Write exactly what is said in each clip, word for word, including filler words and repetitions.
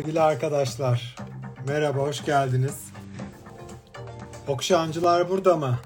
Sevgili arkadaşlar, merhaba, hoş geldiniz. Okşancılar burada mı?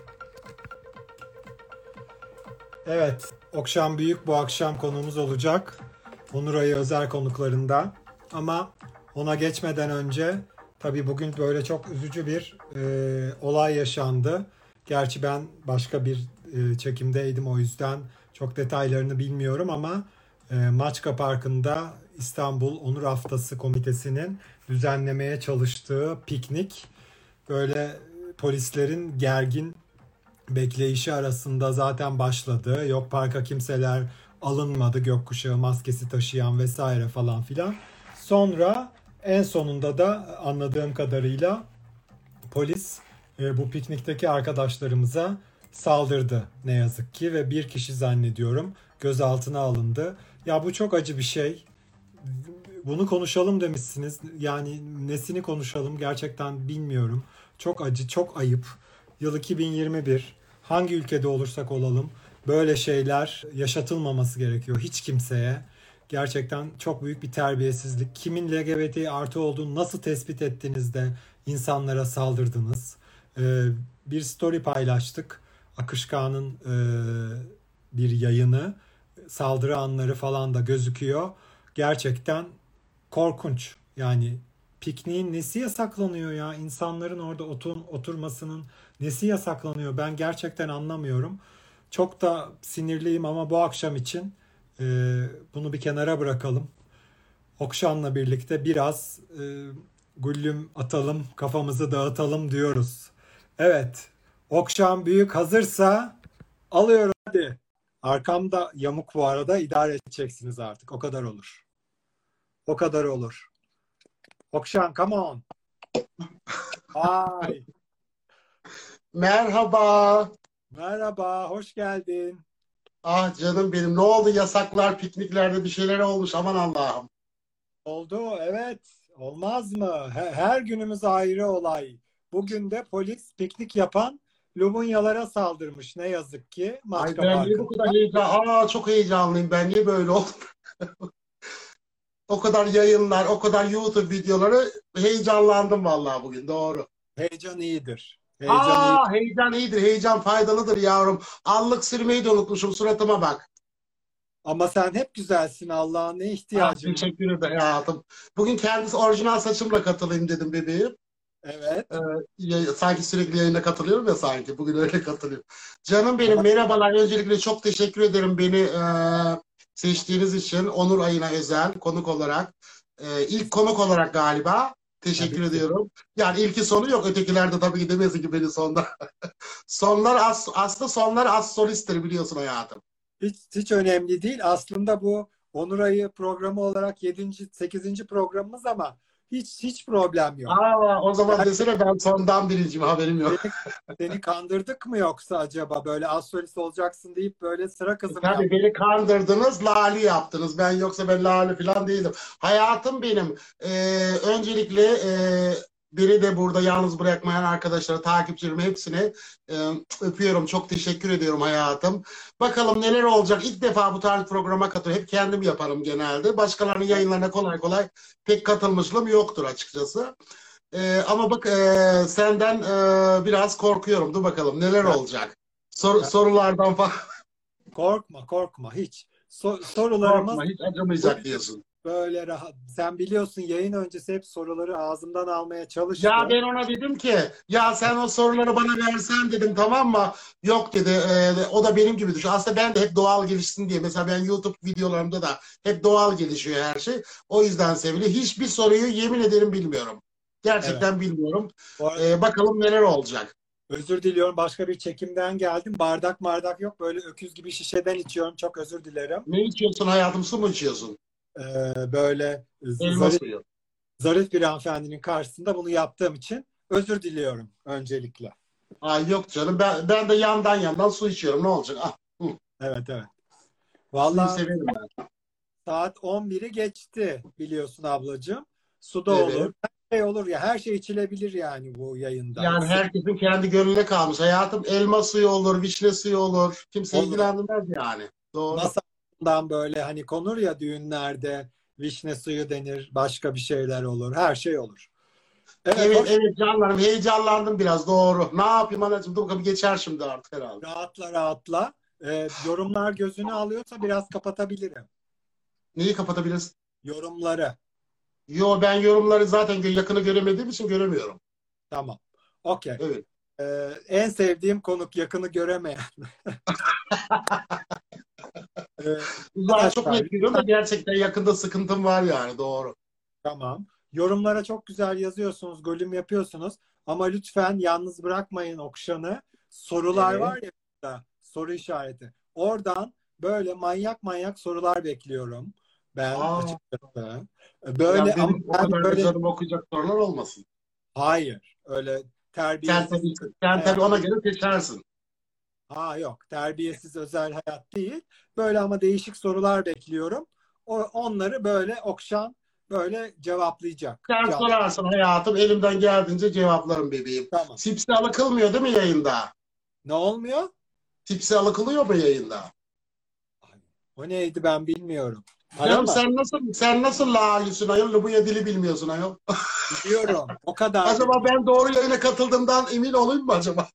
Evet, Okşan Büyük bu akşam konuğumuz olacak. Onur Ayı özel konuklarında. Ama ona geçmeden önce, tabii bugün böyle çok üzücü bir e, olay yaşandı. Gerçi ben başka bir e, çekimdeydim, o yüzden çok detaylarını bilmiyorum ama e, Maçka Parkı'nda İstanbul Onur Haftası Komitesi'nin düzenlemeye çalıştığı piknik böyle polislerin gergin bekleyişi arasında zaten başladı. Yok, parka kimseler alınmadı, gökkuşağı maskesi taşıyan vesaire falan filan. Sonra en sonunda da anladığım kadarıyla polis e, bu piknikteki arkadaşlarımıza saldırdı ne yazık ki ve bir kişi zannediyorum gözaltına alındı. Ya bu çok acı bir şey. Bunu konuşalım demişsiniz. Yani nesini konuşalım gerçekten bilmiyorum. Çok acı, çok ayıp. Yıl iki bin yirmi bir. Hangi ülkede olursak olalım böyle şeyler yaşatılmaması gerekiyor hiç kimseye. Gerçekten çok büyük bir terbiyesizlik. Kimin L G B T artı olduğunu nasıl tespit ettiniz de insanlara saldırdınız? Ee, bir story paylaştık. Akışkan'ın e, bir yayını. Saldırı anları falan da gözüküyor. Gerçekten korkunç. Yani pikniğin nesi yasaklanıyor ya? İnsanların orada otur, oturmasının nesi yasaklanıyor? Ben gerçekten anlamıyorum. Çok da sinirliyim ama bu akşam için e, bunu bir kenara bırakalım. Okşan'la birlikte biraz e, güllüm atalım, kafamızı dağıtalım diyoruz. Evet, Okşan Büyük hazırsa alıyorum hadi. Arkamda yamuk bu arada, idare edeceksiniz artık. O kadar olur. O kadar olur. Okşan, come on. Ay, Merhaba. merhaba, hoş geldin. Ah canım benim. Ne oldu? Yasaklar, pikniklerde bir şeyler olmuş. Aman Allah'ım. Oldu, evet. Olmaz mı? He- Her günümüz ayrı olay. Bugün de polis piknik yapan Lumunyalara saldırmış ne yazık ki Ay Maçka ben niye bu Parkı'nda. kadar heyecan? Aa çok heyecanlıyım. Ben niye böyle oldum? O kadar yayınlar, o kadar YouTube videoları heyecanlandım vallahi bugün. Doğru. Heyecan iyidir. Heyecan iyi. Aa heyecan iyidir. Heyecan faydalıdır yavrum. Allık sürmeyi de unutmuşum. Suratıma bak. Ama sen hep güzelsin, Allah'ın ne Ah ihtiyacın var? teşekkür ederim hayatım. Bugün kendisi orijinal saçımla katılayım dedim bebeğim. Ee, Evet. ya- sanki sürekli yayına katılıyorum ya sanki. Bugün öyle katılıyorum. Canım benim Ama merhabalar. Öncelikle çok teşekkür ederim beni e, seçtiğiniz için. Onur ayına özel konuk olarak. E, ilk konuk olarak galiba. tabii Teşekkür ki. ediyorum. Yani ilki sonu yok. Ötekilerde tabii ki demesin ki beni sonlar. Sonlar as, aslında sonlar az solisttir biliyorsun hayatım. Hiç, hiç önemli değil. Aslında bu Onur Ayı programı olarak yedinci sekizinci programımız ama hiç hiç problem yok. Aa, o zaman Yani desene ben sondan birinciyim haberim yok. seni, seni kandırdık mı yoksa acaba böyle az solist olacaksın deyip böyle sıra E, kızı mı Tabii yaptık? beni kandırdınız, lali yaptınız. Ben yoksa ben lali falan değilim. Hayatım benim. Ee, öncelikle e, beni de burada yalnız bırakmayan arkadaşlara, takipçilerime hepsine e, öpüyorum. Çok teşekkür ediyorum hayatım. Bakalım neler olacak. İlk defa bu tarz programa katılıyorum. Hep kendim yaparım genelde. Başkalarının yayınlarına kolay kolay pek katılmışlığım yoktur açıkçası. Ee, ama bak e, senden e, biraz korkuyorum. Dur bakalım neler Ya, olacak. Sor- ya, sorulardan falan. korkma korkma hiç. So- sorularımız Korkma hiç acımayacak buydu. diyorsun. Böyle rahat. Sen biliyorsun yayın öncesi hep soruları ağzımdan almaya Ya çalıştım. ben ona dedim ki ya sen o soruları bana versen dedim tamam mı? Yok dedi e, o da benim gibi düşün. Aslında ben de hep doğal gelişsin diye. Mesela ben YouTube videolarımda da hep doğal gelişiyor her şey. O yüzden sevgili hiçbir soruyu yemin ederim bilmiyorum. Evet. Gerçekten bilmiyorum. Bu arada E, bakalım neler olacak. özür diliyorum. Başka bir çekimden geldim. Bardak bardak yok. Böyle öküz gibi şişeden içiyorum. Çok özür dilerim. Ne içiyorsun hayatım su mu içiyorsun? Ee, böyle Elma zarif, suyu. zarif bir hanımefendinin karşısında bunu yaptığım için özür diliyorum öncelikle. Ay yok canım ben, ben de yandan yandan su içiyorum ne olacak? Ah, hı, Evet, evet. suyu Vallahi severim ben. saat on biri geçti biliyorsun ablacığım. Suda olur. Evet. Her şey olur ya. Her şey içilebilir yani bu yayında. Hiç Yani sıkıntı herkesin kendi gönlüne kalmış. Hayatım elma suyu olur, vişne suyu olur. Kimse olur. ilgilendirmez yani. Doğru. Masamdan böyle hani konur ya düğünlerde vişne suyu denir, başka bir şeyler olur, her şey olur. Evet, Evet, hoş, evet canlarım, heyecanlandım biraz, doğru. Ne yapayım anacığım, dur bakalım, geçer şimdi artık herhalde. rahatla rahatla. Ee, yorumlar gözünü alıyorsa biraz kapatabilirim. Neyi kapatabiliriz? Yorumları. Yo, ben yorumları zaten gö- yakını göremediğim için göremiyorum. Tamam. Okey. Evet. Ee, en sevdiğim konuk yakını göremeyen. Ee, Uzağı çok arkadaşlar net görüyorum da gerçekten yakında sıkıntım var yani, doğru. tamam. Yorumlara çok güzel yazıyorsunuz, golüm yapıyorsunuz. Ama lütfen yalnız bırakmayın Okşan'ı. Sorular Evet. var ya burada, soru işareti. Oradan böyle manyak manyak sorular bekliyorum ben Aa, açıkçası. Böyle biraz ama benim o ben kadar da böyle canım okuyacak sorular olmasın. hayır öyle Sen terbiyesiz tabii, sen tabii hayat. ona göre seçersin. Ha yok, terbiyesiz özel hayat değil. Böyle ama değişik sorular bekliyorum. O, onları böyle Okşan böyle cevaplayacak. Sen Cevap. sorarsın hayatım, elimden geldiğince cevaplarım bebeğim. Tamam. Tipsi alıkılmıyor değil mi yayında? Ne olmuyor? Tipsi alıkılıyor mu yayında? Ay, o neydi ben bilmiyorum. Para Canım mı? sen nasıl sen nasıl lağlüsün ayol? Lubunya dili bilmiyorsun ayol. Biliyorum. O kadar da Acaba değil. ben doğru yayına katıldığımdan emin olayım mı acaba?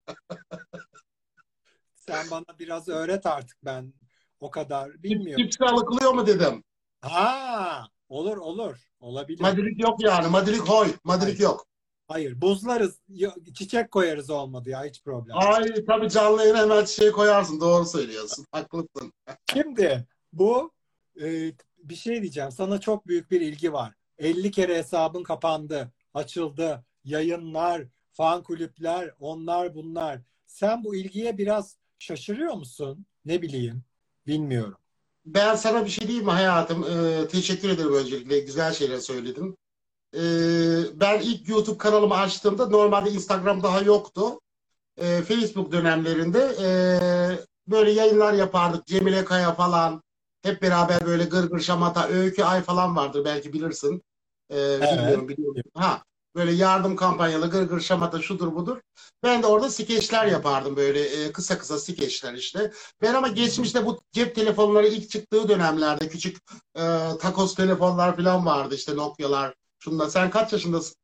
Sen bana biraz öğret artık, ben o kadar Tip, bilmiyorum. tipsi alıkılıyor mu dedim. Ha, olur olur. Olabilir. Madilik yok yani. Madilik hoy. Madilik Hayır. yok. Hayır. Buzlarız. Yo- Çiçek koyarız olmadı ya. Hiç problem yok. Ay tabii, canlı yayına hemen şey koyarsın. Doğru söylüyorsun. Haklısın. Şimdi bu e, bir şey diyeceğim. Sana çok büyük bir ilgi var. elli kere hesabın kapandı, açıldı. Yayınlar, fan kulüpler, onlar bunlar. Sen bu ilgiye biraz şaşırıyor musun? Ne bileyim. Bilmiyorum. Ben sana bir şey diyeyim mi hayatım? Ee, teşekkür ederim öncelikle. Güzel şeyler söyledin. Ee, ben ilk YouTube kanalımı açtığımda normalde Instagram daha yoktu. Ee, Facebook dönemlerinde ee, böyle yayınlar yapardık. Cemile Kaya falan. Hep beraber böyle gırgır şamata, Öykü Ay falan vardır, belki bilirsin. Ee, Evet. bilmiyorum, biliyorum. Ha, böyle yardım kampanyalı gırgır şamata şudur budur. Ben de orada skeçler yapardım, böyle ee, kısa kısa skeçler işte. Ben ama geçmişte bu cep telefonları ilk çıktığı dönemlerde küçük ee, takos telefonlar falan vardı, işte Nokia'lar. Şunda sen kaç yaşındasın?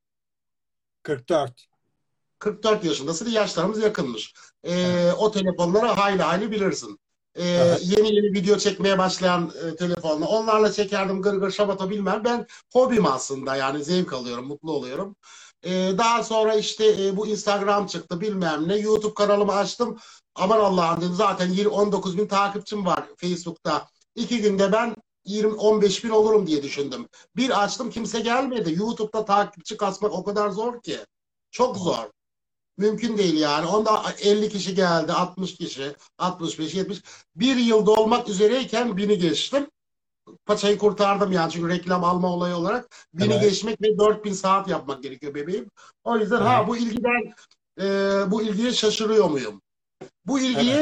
kırk dört. kırk dört yaşındasın. Yaşlarımız yakınmış. Evet. Ee, o telefonları hayli hayli bilirsin. Ee, Aha. yeni yeni video çekmeye başlayan e, telefonla. Onlarla çekerdim gırgır şamata bilmem. Ben hobim aslında, yani zevk alıyorum, mutlu oluyorum. Ee, daha sonra işte e, bu Instagram çıktı bilmem ne. YouTube kanalımı açtım. Aman Allah'ım dedim, zaten yirmi on dokuz bin takipçim var Facebook'ta. İki günde ben yirmi on beş bin olurum diye düşündüm. Bir açtım, kimse gelmedi. YouTube'da takipçi kasmak o kadar zor ki. Çok Aa, zor. Mümkün değil yani. Onda elli kişi geldi, altmış kişi, altmış beş, yetmiş. Bir yıl dolmak üzereyken bini geçtim. Paçayı kurtardım yani, çünkü reklam alma olayı olarak. Bini evet. geçmek ve dört bin saat yapmak gerekiyor bebeğim. O yüzden Aha. ha, bu ilgiden e, bu ilgiye şaşırıyor muyum? Bu Evet. ilgiye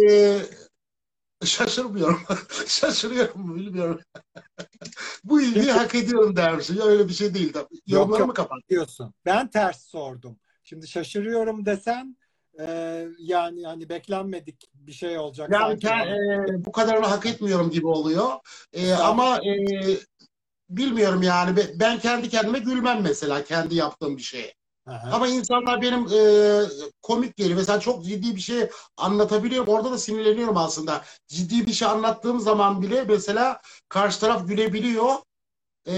e, şaşırmıyorum. Şaşırıyorum mu bilmiyorum. Bu ilgiyi Şimdi hak ediyorum dermişim. Ya öyle bir şey değil tabii. yok Yorumları yok mı kapat? diyorsun. Ben ters sordum. Şimdi şaşırıyorum desen e, yani hani beklenmedik bir şey olacak Yani sanki bana. ke- e, bu kadarını hak etmiyorum gibi oluyor. E, Estağfurullah. ama e, bilmiyorum yani. Be- Ben kendi kendime gülmem mesela, kendi yaptığım bir şeye. Aha. Ama insanlar benim e, komik geliyor. Mesela çok ciddi bir şey anlatabiliyorum. Orada da sinirleniyorum aslında. Ciddi bir şey anlattığım zaman bile mesela karşı taraf gülebiliyor. E,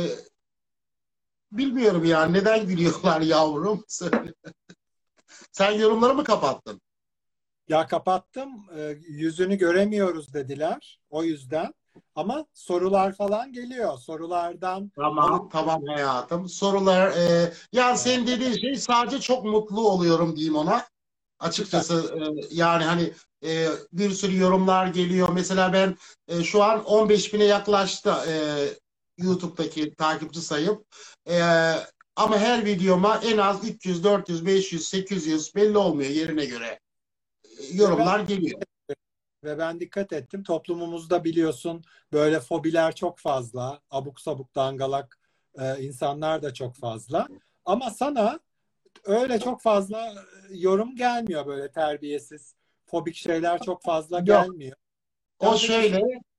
bilmiyorum yani neden gülüyorlar yavrum. Söyle. Sen yorumları mı kapattın? Ya kapattım. E, yüzünü göremiyoruz dediler. O yüzden. Ama sorular falan geliyor. Sorulardan alıp Tamam, tamam hayatım. Sorular, e, yani senin e, dediğin şey, sadece çok mutlu oluyorum diyeyim ona. süper. Açıkçası e, yani hani e, bir sürü yorumlar geliyor. Mesela ben e, şu an on beş bine yaklaştı e, YouTube'daki takipçi sayım. E, ama her videoma en az üç yüz, dört yüz, beş yüz, sekiz yüz, belli olmuyor yerine göre. E, Ve ben yorumlar geliyor. ve ben dikkat ettim. Toplumumuzda biliyorsun böyle fobiler çok fazla. Abuk sabuk dangalak e, insanlar da çok fazla. Ama sana öyle çok fazla e, yorum gelmiyor, böyle terbiyesiz, fobik şeyler çok fazla Yok, gelmiyor. o Sadece şöyle.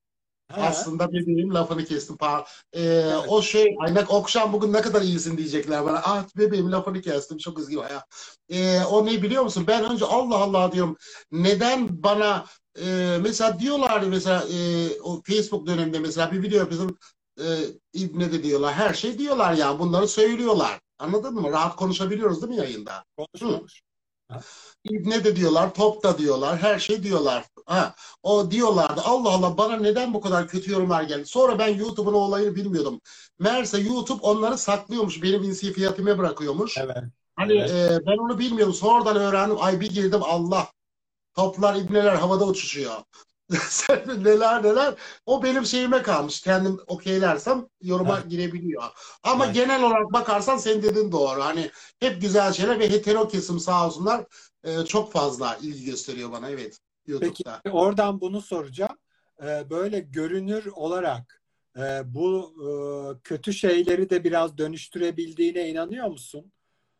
Ha, Aslında bebeğim lafını kestim. Pa ee, evet. o şey, ay ne, Okşan bugün ne kadar iyisin diyecekler bana. Ah bebeğim lafını kestim. Çok üzgünüm ya. Ee, o ne biliyor musun? Ben önce Allah Allah diyorum. Neden bana e, mesela diyorlardı mesela e, o Facebook döneminde mesela bir video yapıyorsun. E, İbne de diyorlar. Her şey diyorlar ya. Bunları söylüyorlar. Anladın mı? Rahat konuşabiliyoruz değil mi yayında? Konuş Hı. konuş. Ha, İbne de diyorlar, top da diyorlar, her şey diyorlar. Ha, o diyorlardı. Allah Allah bana neden bu kadar kötü yorumlar geldi? Sonra ben YouTube'un o olayını bilmiyordum. Meğerse YouTube onları saklıyormuş, benim insiyetime bırakıyormuş. evet. Hani Evet. e, ben onu bilmiyordum. Sonradan öğrendim. Ay bir girdim Allah. Toplar, ibneler havada uçuşuyor. Sen neler neler. O benim şeyime kalmış. Kendim okeylersem yoruma Ha, girebiliyor. Ama ha. genel olarak bakarsan senin dediğin doğru. Hani hep güzel şeyler ve hetero kesim sağ olsunlar e, çok fazla ilgi gösteriyor bana. Evet. Peki YouTube'da. oradan bunu soracağım. Ee, böyle görünür olarak e, bu e, kötü şeyleri de biraz dönüştürebildiğine inanıyor musun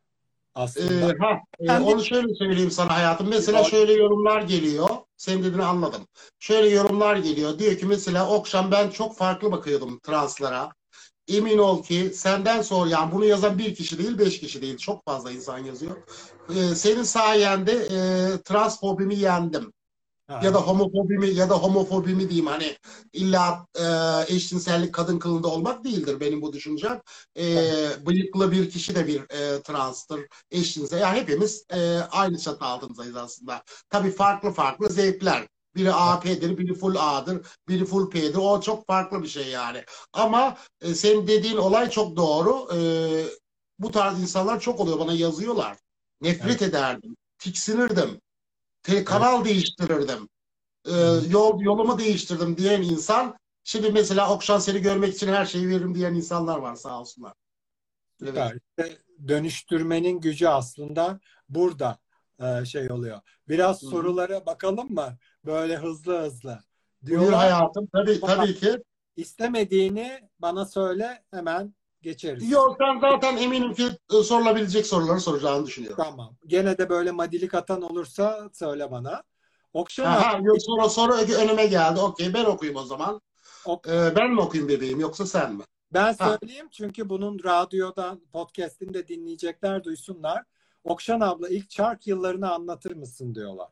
E, aslında? ha, e, Kendi onu şöyle söyleyeyim sana hayatım. Mesela rol. şöyle yorumlar geliyor. Senin dediğini anladım. Şöyle yorumlar geliyor. Diyor ki mesela Okşan ben çok farklı bakıyordum translara. Emin ol ki senden sonra yani bunu yazan bir kişi değil beş kişi değil çok fazla insan yazıyor. Ee, senin sayende e, transfobimi yendim. Ya da Ha, homofobimi ya da homofobimi diyeyim hani illa e, eşcinsellik kadın kılığında olmak değildir benim bu düşüncem. E, tabii. bıyıklı bir kişi de bir e, transtır, eşcinsel. Yani hepimiz e, aynı çatı altındayız aslında. Tabii farklı farklı zevkler. Biri Evet, A P'dir, biri full A'dır, biri full P'dir. O çok farklı bir şey yani. Ama e, senin dediğin olay çok doğru. E, bu tarz insanlar çok oluyor. Bana yazıyorlar. evet, Nefret ederdim, tiksinirdim, te- evet. kanal değiştirirdim, e, Hı hı. yol yolumu değiştirdim diyen insan şimdi mesela Okşan seni görmek için her şeyi veririm diyen insanlar var sağ olsunlar. Evet. Süper. İşte dönüştürmenin gücü aslında burada e, şey oluyor. Biraz Hı hı. sorulara bakalım mı? Böyle hızlı hızlı. Buyur Diyorlar hayatım. Tabii, ama tabii ki. istemediğini bana söyle hemen geçeriz. Yok sen zaten eminim ki e, sorulabilecek soruları soracağını düşünüyorum. Tamam. Gene de böyle madilik atan olursa söyle bana. Okşan abi, Aha, yok soru soru önüme geldi. Okey ben okuyayım o zaman. ok- Ee, ben mi okuyayım bebeğim yoksa sen mi? ben Ha, söyleyeyim çünkü bunun radyodan, podcast'ini de dinleyecekler duysunlar. Okşan abla ilk çark yıllarını anlatır mısın diyorlar.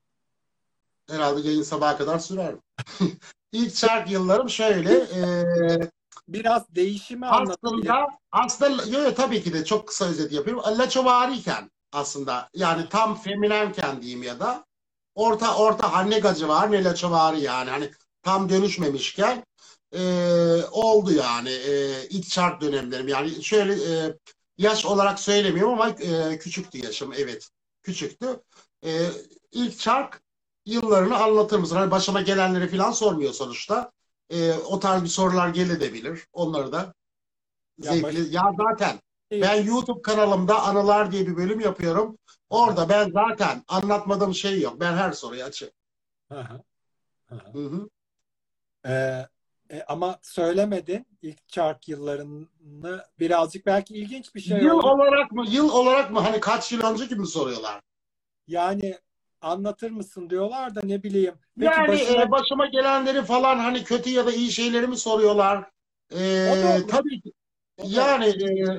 herhalde yayın sabaha kadar sürer. İlk şark yıllarım şöyle. e, Biraz değişimi anlatabilir. Aslında aslında yo, yo, tabii ki de çok kısa özet yapıyorum. Laçovariyken aslında yani tam feminenken diyeyim ya da orta orta anne gacı var ne laçovari yani hani tam dönüşmemişken e, oldu yani e, ilk şark dönemlerim yani şöyle e, yaş olarak söylemiyorum ama e, küçüktü yaşım evet küçüktü. E, ilk şark yıllarını anlatır mısın? Hani başıma gelenleri falan sormuyor sonuçta. E, o tarz bir sorular gelebilir. Onları da Ya baş zevkli. Ya zaten değil. ben YouTube kanalımda Anılar diye bir bölüm yapıyorum. Aha, Orada ben zaten anlatmadığım şey yok. Ben her soruyu açık. aha, aha. Hı hı. Ee, e, ama söylemedin ilk çark yıllarını birazcık belki ilginç bir şey Yıl olur. olarak mı? Yıl olarak mı? Hani kaç yıl önce gibi soruyorlar. Yani anlatır mısın diyorlar da ne bileyim. Peki Yani başına e, başıma gelenleri falan hani kötü ya da iyi şeyleri mi soruyorlar? o da E, olur. tabii ki O da olur. yani e,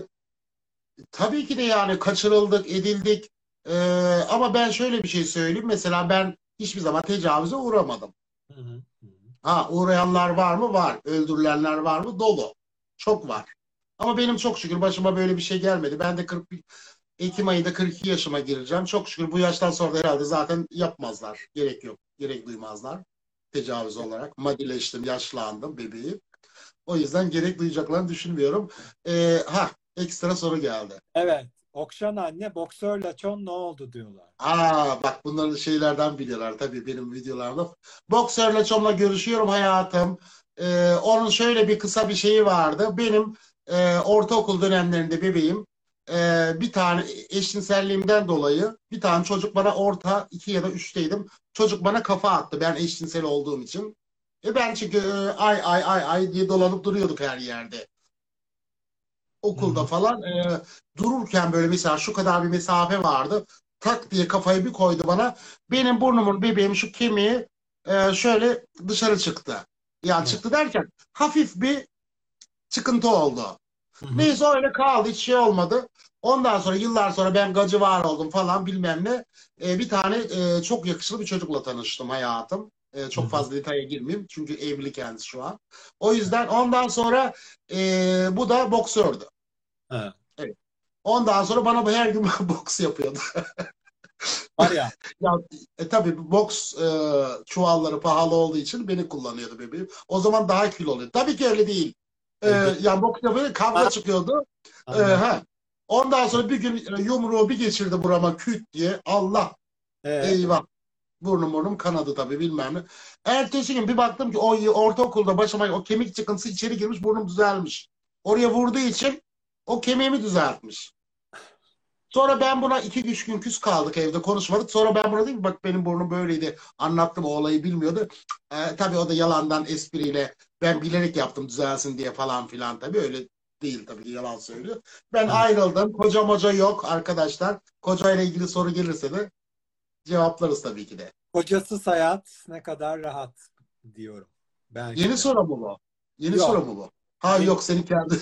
tabii ki de yani kaçırıldık, edildik. E, ama ben şöyle bir şey söyleyeyim. Mesela ben hiçbir zaman tecavüze uğramadım. Hı hı, hı Ha uğrayanlar var mı? Var. Öldürülenler var mı? Dolu. Çok var. Ama benim çok şükür başıma böyle bir şey gelmedi. Ben de kırk bir Ekim ayında kırk iki yaşıma gireceğim. Çok şükür bu yaştan sonra da herhalde zaten yapmazlar. Gerek yok. Gerek duymazlar. Tecavüz hı. olarak. Madileştim, yaşlandım bebeğim. O yüzden gerek duyacaklarını düşünmüyorum. Ee, ha ekstra soru geldi. Evet. Okşan anne boksör laçon ne oldu diyorlar. Aa bak bunları şeylerden biliyorlar tabii benim videolarımda. Boksörle çomla görüşüyorum hayatım. Ee, onun şöyle bir kısa bir şeyi vardı. Benim e, ortaokul dönemlerinde bebeğim e, bir tane eşcinselliğimden dolayı bir tane çocuk bana orta iki ya da üçteydim. Çocuk bana kafa attı ben eşcinsel olduğum için. E ben çünkü e, ay ay ay ay diye dolanıp duruyorduk her yerde Hı okulda hı. falan e, dururken böyle mesela şu kadar bir mesafe vardı. Tak diye kafayı bir koydu bana. Benim burnumun bebeğim şu kemiği e, şöyle dışarı çıktı. Yani Evet. çıktı derken hafif bir çıkıntı oldu. Hı hı. Neyse öyle kaldı, hiç şey olmadı. Ondan sonra yıllar sonra ben gacı var oldum falan bilmem ne. Ee, bir tane e, çok yakışıklı bir çocukla tanıştım hayatım. Ee, Hı çok hı. fazla detaya girmeyeyim çünkü evli kendisi şu an. O yüzden ondan sonra e, bu da boksördü. Ha. Evet. Ondan sonra bana bu her gün boks yapıyordu. Var ya. Ya e, tabii boks e, çuvalları pahalı olduğu için beni kullanıyordu bebeğim. O zaman daha kiloluydu. Tabii ki öyle değil. E, Evet. yani boks yapıyor, kavga Ha, çıkıyordu. E, anladım. ha. Ondan sonra bir gün e, yumruğu bir geçirdi burama küt diye. Allah, E, eyvah. Burnum burnum kanadı tabii bilmem ne. Ertesi gün bir baktım ki o ortaokulda başıma o kemik çıkıntısı içeri girmiş, burnum düzelmiş. Oraya vurduğu için o kemiğimi düzeltmiş. Sonra ben buna iki üç gün küs kaldık, evde konuşmadık. Sonra ben buna dedim ki bak benim burnum böyleydi. Anlattım, o olayı bilmiyordu. Ee, tabii o da yalandan espriyle ben bilerek yaptım düzelsin diye falan filan, tabii öyle değil, tabii ki yalan söylüyor. Ben anladım. ayrıldım. Koca moca yok arkadaşlar. Koca ile ilgili soru gelirse de cevaplarız tabii ki de. Kocasız hayat ne kadar rahat diyorum. Belki Yeni de. soru mu bu? Yeni Yok. soru mu bu? Ha Yeni. yok, seni kendi.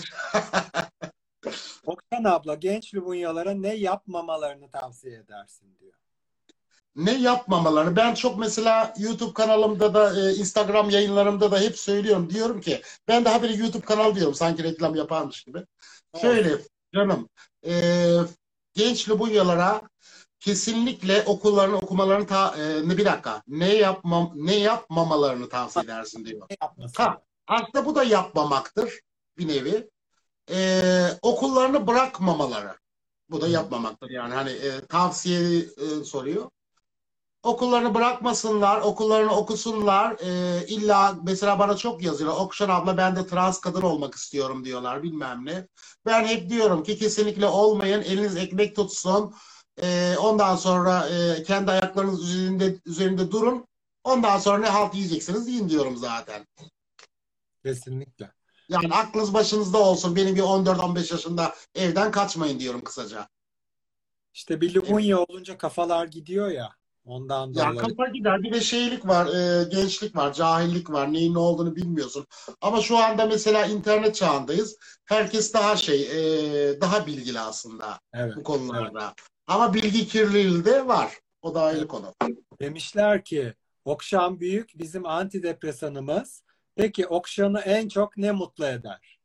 Oktan abla genç Lubunyalara ne yapmamalarını tavsiye edersin diyor. Ne yapmamaları. Ben çok mesela YouTube kanalımda da e, Instagram yayınlarımda da hep söylüyorum. Diyorum ki ben daha bir YouTube kanal diyorum sanki reklam yaparmış gibi. Olsun. Şöyle canım, e, genç Lubunyalara kesinlikle okullarını okumalarını ta, e, ne bir dakika ne yapmam ne yapmamalarını tavsiye edersin diyor. Ne Ha, yapmasını? aslında bu da yapmamaktır bir nevi. E, okullarını bırakmamaları. Bu da Hı. yapmamaktır yani hani e, tavsiye e, soruyor. Okullarını bırakmasınlar, okullarını okusunlar. Ee, illa mesela bana çok yazıyorlar. Okşan abla ben de trans kadın olmak istiyorum diyorlar bilmem ne. Ben hep diyorum ki kesinlikle olmayın. Eliniz ekmek tutsun. Ee, ondan sonra e, kendi ayaklarınız üzerinde, üzerinde durun. Ondan sonra ne halt yiyeceksiniz yiyin diyorum zaten. Kesinlikle. Yani aklınız başınızda olsun. Benim bir on dört on beş yaşında evden kaçmayın diyorum kısaca. İşte bir Evet. Lubunya olunca kafalar gidiyor ya. Ondan da Ya olabilir. kafa gider. Bir de şeylik var, e, gençlik var, cahillik var. Neyin ne olduğunu bilmiyorsun. Ama şu anda mesela internet çağındayız. Herkes daha şey, e, daha bilgili aslında Evet. bu Evet. konularda. Ama bilgi kirliliği de var. O da Evet. ayrı konu. Demişler ki Okşan Büyük bizim antidepresanımız. Peki Okşan'ı en çok ne mutlu eder?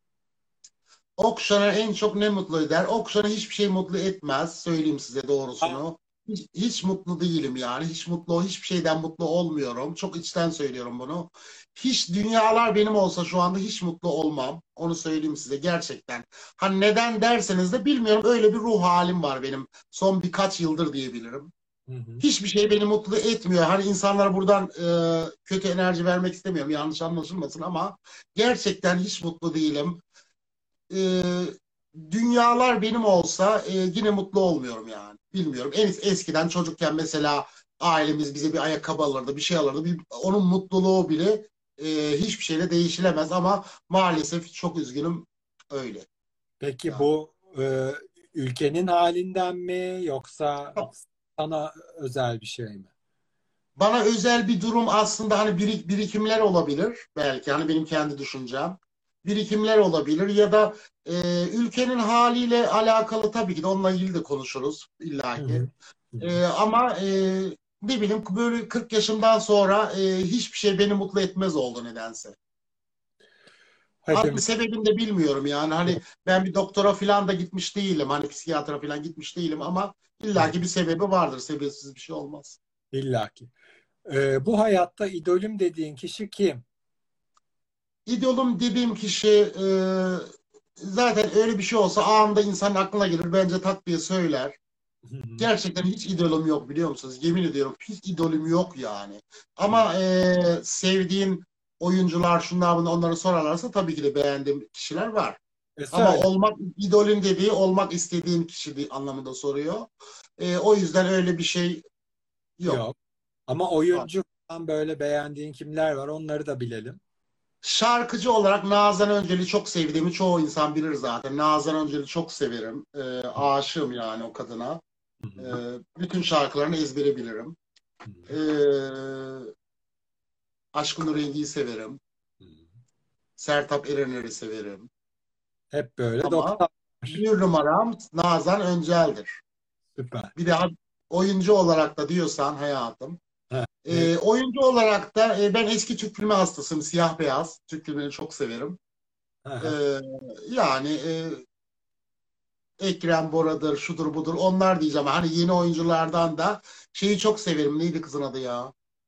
Okşan'ı en çok ne mutlu eder? Okşan'ı hiçbir şey mutlu etmez. Söyleyeyim size Ha, doğrusunu. Hiç, hiç mutlu değilim yani. Hiç mutlu, hiçbir şeyden mutlu olmuyorum. Çok içten söylüyorum bunu. Hiç dünyalar benim olsa şu anda hiç mutlu olmam. Onu söyleyeyim size gerçekten. Hani neden derseniz de bilmiyorum. Öyle bir ruh halim var benim. Son birkaç yıldır diyebilirim. hı hı. Hiçbir şey beni mutlu etmiyor. Hani insanlara buradan e, kötü enerji vermek istemiyorum. Yanlış anlaşılmasın ama gerçekten hiç mutlu değilim. e, Dünyalar benim olsa e, yine mutlu olmuyorum yani. Bilmiyorum. En eskiden çocukken mesela ailemiz bize bir ayakkabı alırdı, bir şey alırdı. Bir, onun mutluluğu bile e, hiçbir şeyle değişilemez ama maalesef çok üzgünüm öyle. Peki Yani. bu e, ülkenin halinden mi yoksa sana özel bir şey mi? Bana özel bir durum aslında hani birik, birikimler olabilir belki hani benim kendi düşüncem. Birikimler olabilir ya da e, ülkenin haliyle alakalı tabii ki de onunla ilgili de konuşuruz Hı illaki. hı. Hı hı. Ee, ama e, ne bileyim böyle kırk yaşımdan sonra e, hiçbir şey beni mutlu etmez oldu nedense. Aslında Hepimiz. sebebini de bilmiyorum yani hani ben bir doktora falan da gitmiş değilim. Hani psikiyatra falan gitmiş değilim ama Hı hı. illaki bir sebebi vardır. Sebepsiz bir şey olmaz. İlla ki. E, bu hayatta idolüm dediğin kişi kim? İdolum dediğim kişi e, zaten öyle bir şey olsa anında insanın aklına gelir. Bence tak diye söyler. Hı hı. Gerçekten hiç idolüm yok biliyor musunuz? Yemin ediyorum hiç idolüm yok yani. Hı. Ama e, sevdiğin oyuncular şunlar bunlar onları sorarlarsa tabii ki de beğendiğim kişiler var. E Ama söyle. olmak idolün dediği olmak istediğin kişi di- anlamında soruyor. E, o yüzden öyle bir şey yok. Yok. Ama oyuncu falan böyle beğendiğin kimler var onları da bilelim. Şarkıcı olarak Nazan Öncel'i çok sevdiğimi çoğu insan bilir zaten. Nazan Öncel'i çok severim. E, Hı aşığım yani o kadına. E, hı. bütün şarkılarını ezbere bilirim. Hı E, Aşkın Rengi'yi severim. Sertab Erener'i severim. Hep böyle Ama doksanlar. bir numaram Nazan Öncel'dir. Süper. Bir de oyuncu olarak da diyorsan hayatım. Ha, ne? E, oyuncu olarak da e, ben eski Türk filmi hastasıyım. Siyah beyaz. Türk filmlerini çok severim. Ha, E, ha. yani e, Ekrem Bora'dır, şudur budur onlar diyeceğim. Hani yeni oyunculardan da şeyi çok severim. Neydi kızın adı ya?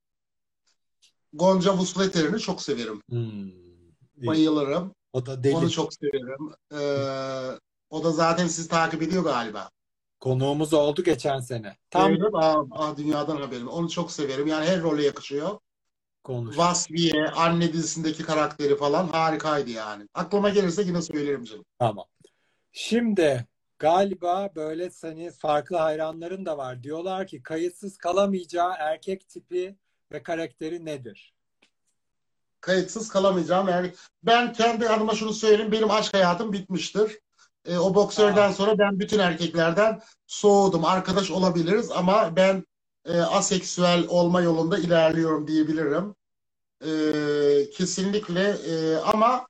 Gonca Vusleter'ini çok severim. Hmm, iyi. Bayılırım. O da Onu deli. çok severim. Ee, o da zaten sizi takip ediyor galiba. Konuğumuz oldu geçen sene. Tam Evet, aa, aa, dünyadan haberim. Onu çok severim. Yani her role yakışıyor. konuştuk. Vasfiye, Anne dizisindeki karakteri falan harikaydı yani. Aklıma gelirse yine söylerim canım. Tamam. Şimdi galiba böyle seni farklı hayranların da var. Diyorlar ki kayıtsız kalamayacağı erkek tipi ve karakteri nedir? Kayıtsız kalamayacağım. Yani ben kendi adıma şunu söyleyeyim. Benim aşk hayatım bitmiştir. E, o Aa, boksörden sonra ben bütün erkeklerden soğudum. Arkadaş olabiliriz ama ben e, aseksüel olma yolunda ilerliyorum diyebilirim. E, kesinlikle e, ama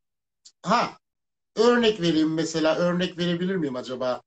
ha örnek vereyim mesela. Örnek verebilir miyim acaba?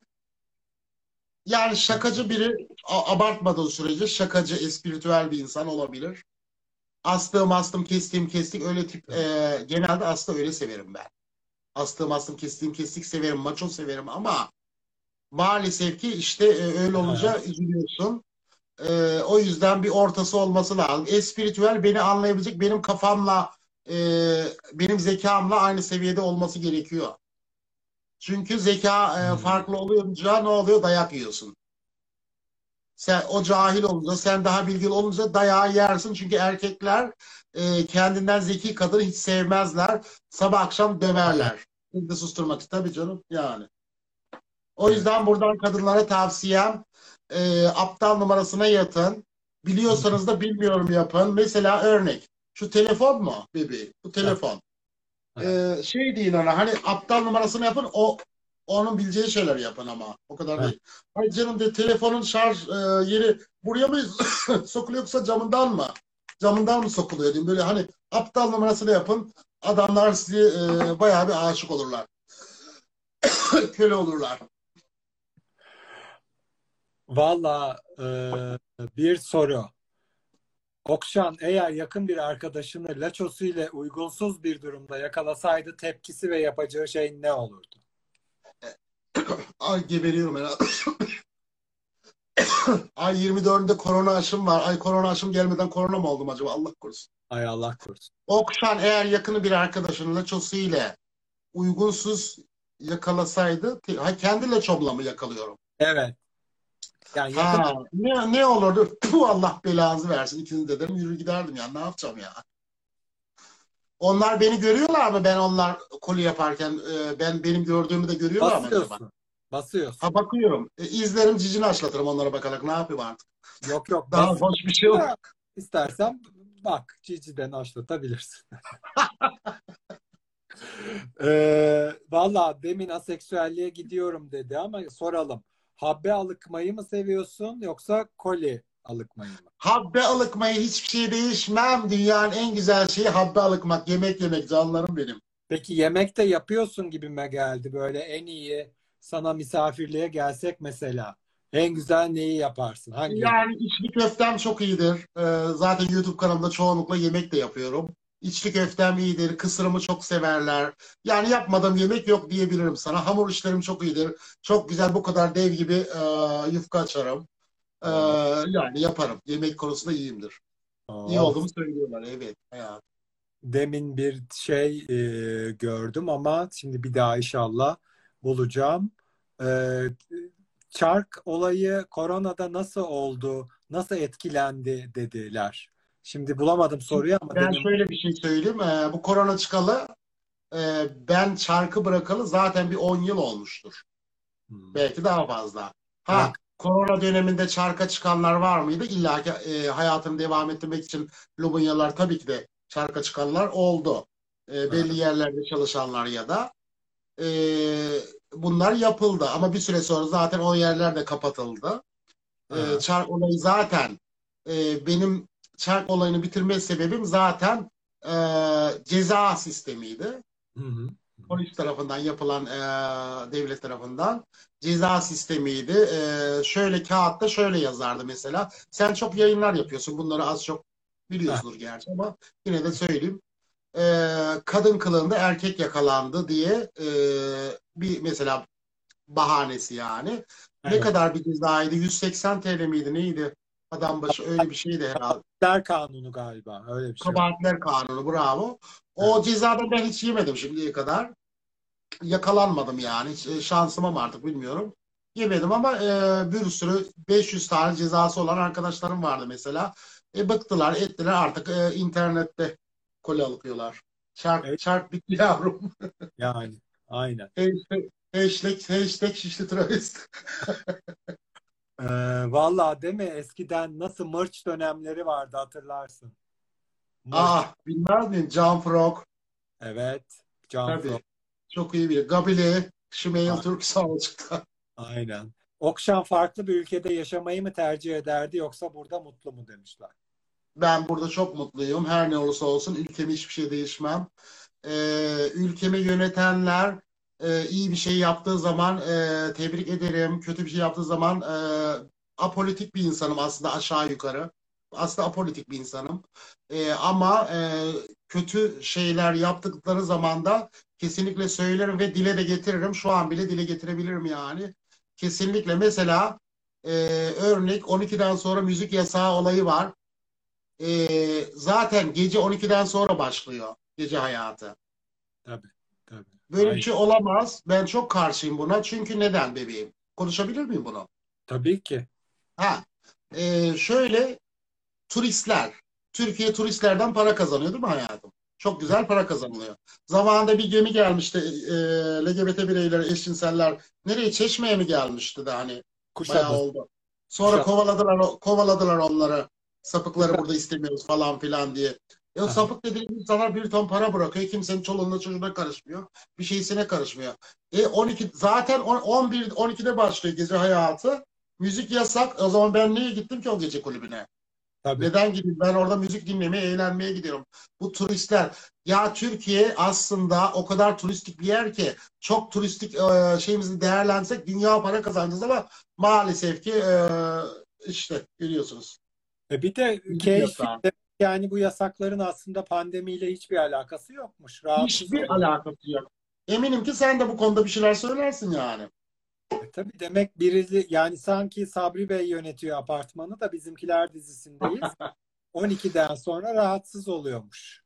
Yani şakacı biri a- abartmadığı sürece şakacı, espritüel bir insan olabilir. Astığım astım, kestiğim kestik öyle tip e, genelde aslında öyle severim ben. Astığım astım, kestiğim kestik severim, maço severim ama maalesef ki işte e, öyle olunca üzülüyorsun. E, o yüzden bir ortası olması lazım. Espritüel beni anlayabilecek benim kafamla e, benim zekamla aynı seviyede olması gerekiyor. Çünkü zeka e, Hmm. farklı olunca ne oluyor? Dayak yiyorsun. Sen o cahil olunca, sen daha bilgili olunca dayağı yersin. Çünkü erkekler e, kendinden zeki kadını hiç sevmezler. Sabah akşam döverler. Bizi de susturmak için. Tabii canım yani. O Evet. yüzden buradan kadınlara tavsiyem e, aptal numarasına yatın. Biliyorsanız da bilmiyorum yapın. Mesela örnek. Şu telefon mu bebeğim? Bu telefon. E, şey deyin ona hani aptal numarasını yapın o onun bileceği şeyler yapın ama o kadar değil. Ay canım de telefonun şarj e, yeri buraya mı sokuluyor yoksa camından mı? Camından mı sokuluyor diyeyim. Böyle hani aptal numarasını yapın. Adamlar sizi e, bayağı bir aşık olurlar. Köle olurlar. Valla e, bir soru. Okşan eğer yakın bir arkadaşını laçosu ile uygunsuz bir durumda yakalasaydı tepkisi ve yapacağı şey ne olurdu? Ay geberiyorum herhalde. Ay yirmi dördünde korona aşım var. Ay korona aşım gelmeden korona mı oldum acaba? Allah korusun. Ay Allah korusun. Okşan eğer yakını bir arkadaşının laçosu ile uygunsuz yakalasaydı te- ha, kendi laçomla mı yakalıyorum? Evet. Yani yakın Ha ne, ne olurdu? Puh, Allah belanızı versin. İkiniz de derim yürür giderdim ya. Ne yapacağım ya? Onlar beni görüyorlar mı? Ben onlar koli yaparken e, ben benim gördüğümü de görüyorlar mı acaba? basıyorsun. Basıyorsun. Ha bakıyorum. E, izlerim cicini açlatırım onlara bakarak. Ne yapayım artık? Yok yok Daha basıyor. hoş bir şey olur. İstersen bak Cici'den başlatabilirsin. Ee, valla demin aseksüelliğe gidiyorum dedi ama soralım. Habbe alıkmayı mı seviyorsun yoksa koli alıkmayı mı? Habbe alıkmayı hiçbir şey değişmem. Dünyanın en güzel şeyi habbe alıkmak. Yemek yemek canlarım benim. Peki yemek de yapıyorsun gibime geldi. Böyle en iyi sana misafirliğe gelsek mesela. En güzel neyi yaparsın? Hangi yemek? Yani içli köftem çok iyidir. Ee, zaten YouTube kanalımda çoğunlukla yemek de yapıyorum. İçli köftem iyidir. Kısırımı çok severler. Yani yapmadığım yemek yok diyebilirim sana. Hamur işlerim çok iyidir. Çok güzel bu kadar dev gibi e, yufka açarım. E, Oo, yani yaparım. Yemek konusunda iyiyimdir. İyi oo. olduğumu söylüyorlar. Evet. Hayat. Demin bir şey e, gördüm ama şimdi bir daha inşallah bulacağım. E, çark olayı koronada nasıl oldu, nasıl etkilendi dediler. Şimdi bulamadım soruyu ama Ben demin. şöyle bir şey söyleyeyim. E, bu korona çıkalı e, ben çarkı bırakalı zaten bir on yıl olmuştur. Hmm. Belki daha fazla. Ben Ha, korona döneminde çarka çıkanlar var mıydı? İlla ki e, hayatını devam ettirmek için Lubunyalar tabii ki de çarka çıkanlar oldu. E, belli yerlerde çalışanlar ya da e, bunlar yapıldı. Ama bir süre sonra zaten o yerler de kapatıldı. E, Aha. çark olayı zaten e, benim çark olayını bitirme sebebim zaten e, ceza sistemiydi. Hı hı. Polis tarafından yapılan e, devlet tarafından ceza sistemiydi. E, şöyle kağıtta şöyle yazardı mesela. Sen çok yayınlar yapıyorsun. Bunları az çok Heh, biliyorsunuz gerçi ama yine de söyleyeyim. E, kadın kılığında erkek yakalandı diye e, bir mesela bahanesi yani. Ne evet. kadar bir cezaydı? yüz seksen T L miydi neydi? Adam başı öyle bir şeydi herhalde. Der kanunu galiba. Öyle bir şey var. Kabahatler kanunu bravo. O Evet. cezadan ben hiç yemedim şimdiye kadar. Yakalanmadım yani. Hiç, e, şansıma mı artık bilmiyorum. Yemedim ama e, bir sürü beş yüz tane cezası olan arkadaşlarım vardı mesela. E, bıktılar, ettiler artık e, internette koli alıyorlar. Çarp, Evet, çarp bitti yavrum. yani aynen. Hashtag, hashtag, hashtag şişli travesti. Ee, Vallahi değil mi? Eskiden nasıl merch dönemleri vardı hatırlarsın. Merch. Ah bilmez miyim? Can Frog. Evet. Can Frog. Tabii. Çok iyi bir. Gabile. Şimeil A- Türk sağ çıktı. Aynen. Okşan farklı bir ülkede yaşamayı mı tercih ederdi yoksa burada mutlu mu demişler. Ben burada çok mutluyum. Her ne olursa olsun ülkemi hiçbir şey değişmem. Ee, ülkemi yönetenler e, iyi bir şey yaptığı zaman e, tebrik ederim. Kötü bir şey yaptığı zaman e, apolitik bir insanım aslında aşağı yukarı. Aslında apolitik bir insanım. E, ama e, kötü şeyler yaptıkları zaman da kesinlikle söylerim ve dile de getiririm. Şu an bile dile getirebilirim yani. Kesinlikle mesela e, örnek on ikiden sonra müzik yasağı olayı var. E, zaten gece on ikiden sonra başlıyor gece hayatı. Tabii. Tabii. Böyle bir Aynen. şey olamaz. Ben çok karşıyım buna. Çünkü neden bebeğim? Konuşabilir miyim bunu? Tabii ki. Ha, e, şöyle turistler. Türkiye turistlerden para kazanıyor değil mi hayatım? Çok güzel para kazanılıyor. Zamanında bir gemi gelmişti. E, L G B T bireyleri, eşcinseller. Nereye? Çeşme'ye mi gelmişti de hani? Bayağı Kuşadası. oldu. Sonra Kuşadası. kovaladılar, kovaladılar onları. Sapıkları burada istemiyoruz falan filan diye. Ya Aha, sapık dediğim insanlar bir ton para bırakıyor. Kimsenin çoluğuna çocuğuna karışmıyor. Bir şeysine karışmıyor. E on iki zaten on bir on ikide başlıyor gece hayatı. Müzik yasak. O zaman ben niye gittim ki o gece kulübüne? tabii. Neden gideyim? Ben orada müzik dinlemeye, eğlenmeye gidiyorum. Bu turistler. Ya Türkiye aslında o kadar turistik bir yer ki çok turistik e, şeyimizi değerlensek dünya para kazanacağız ama maalesef ki e, işte görüyorsunuz. E bir de Müzik keşfim yasağı. yani bu yasakların aslında pandemiyle hiçbir alakası yokmuş. Rahatsız Hiçbir oluyor. alakası yok. Eminim ki sen de bu konuda bir şeyler söylersin yani. E tabii demek biri yani sanki Sabri Bey yönetiyor apartmanı da Bizimkiler dizisindeyiz. on ikiden sonra rahatsız oluyormuş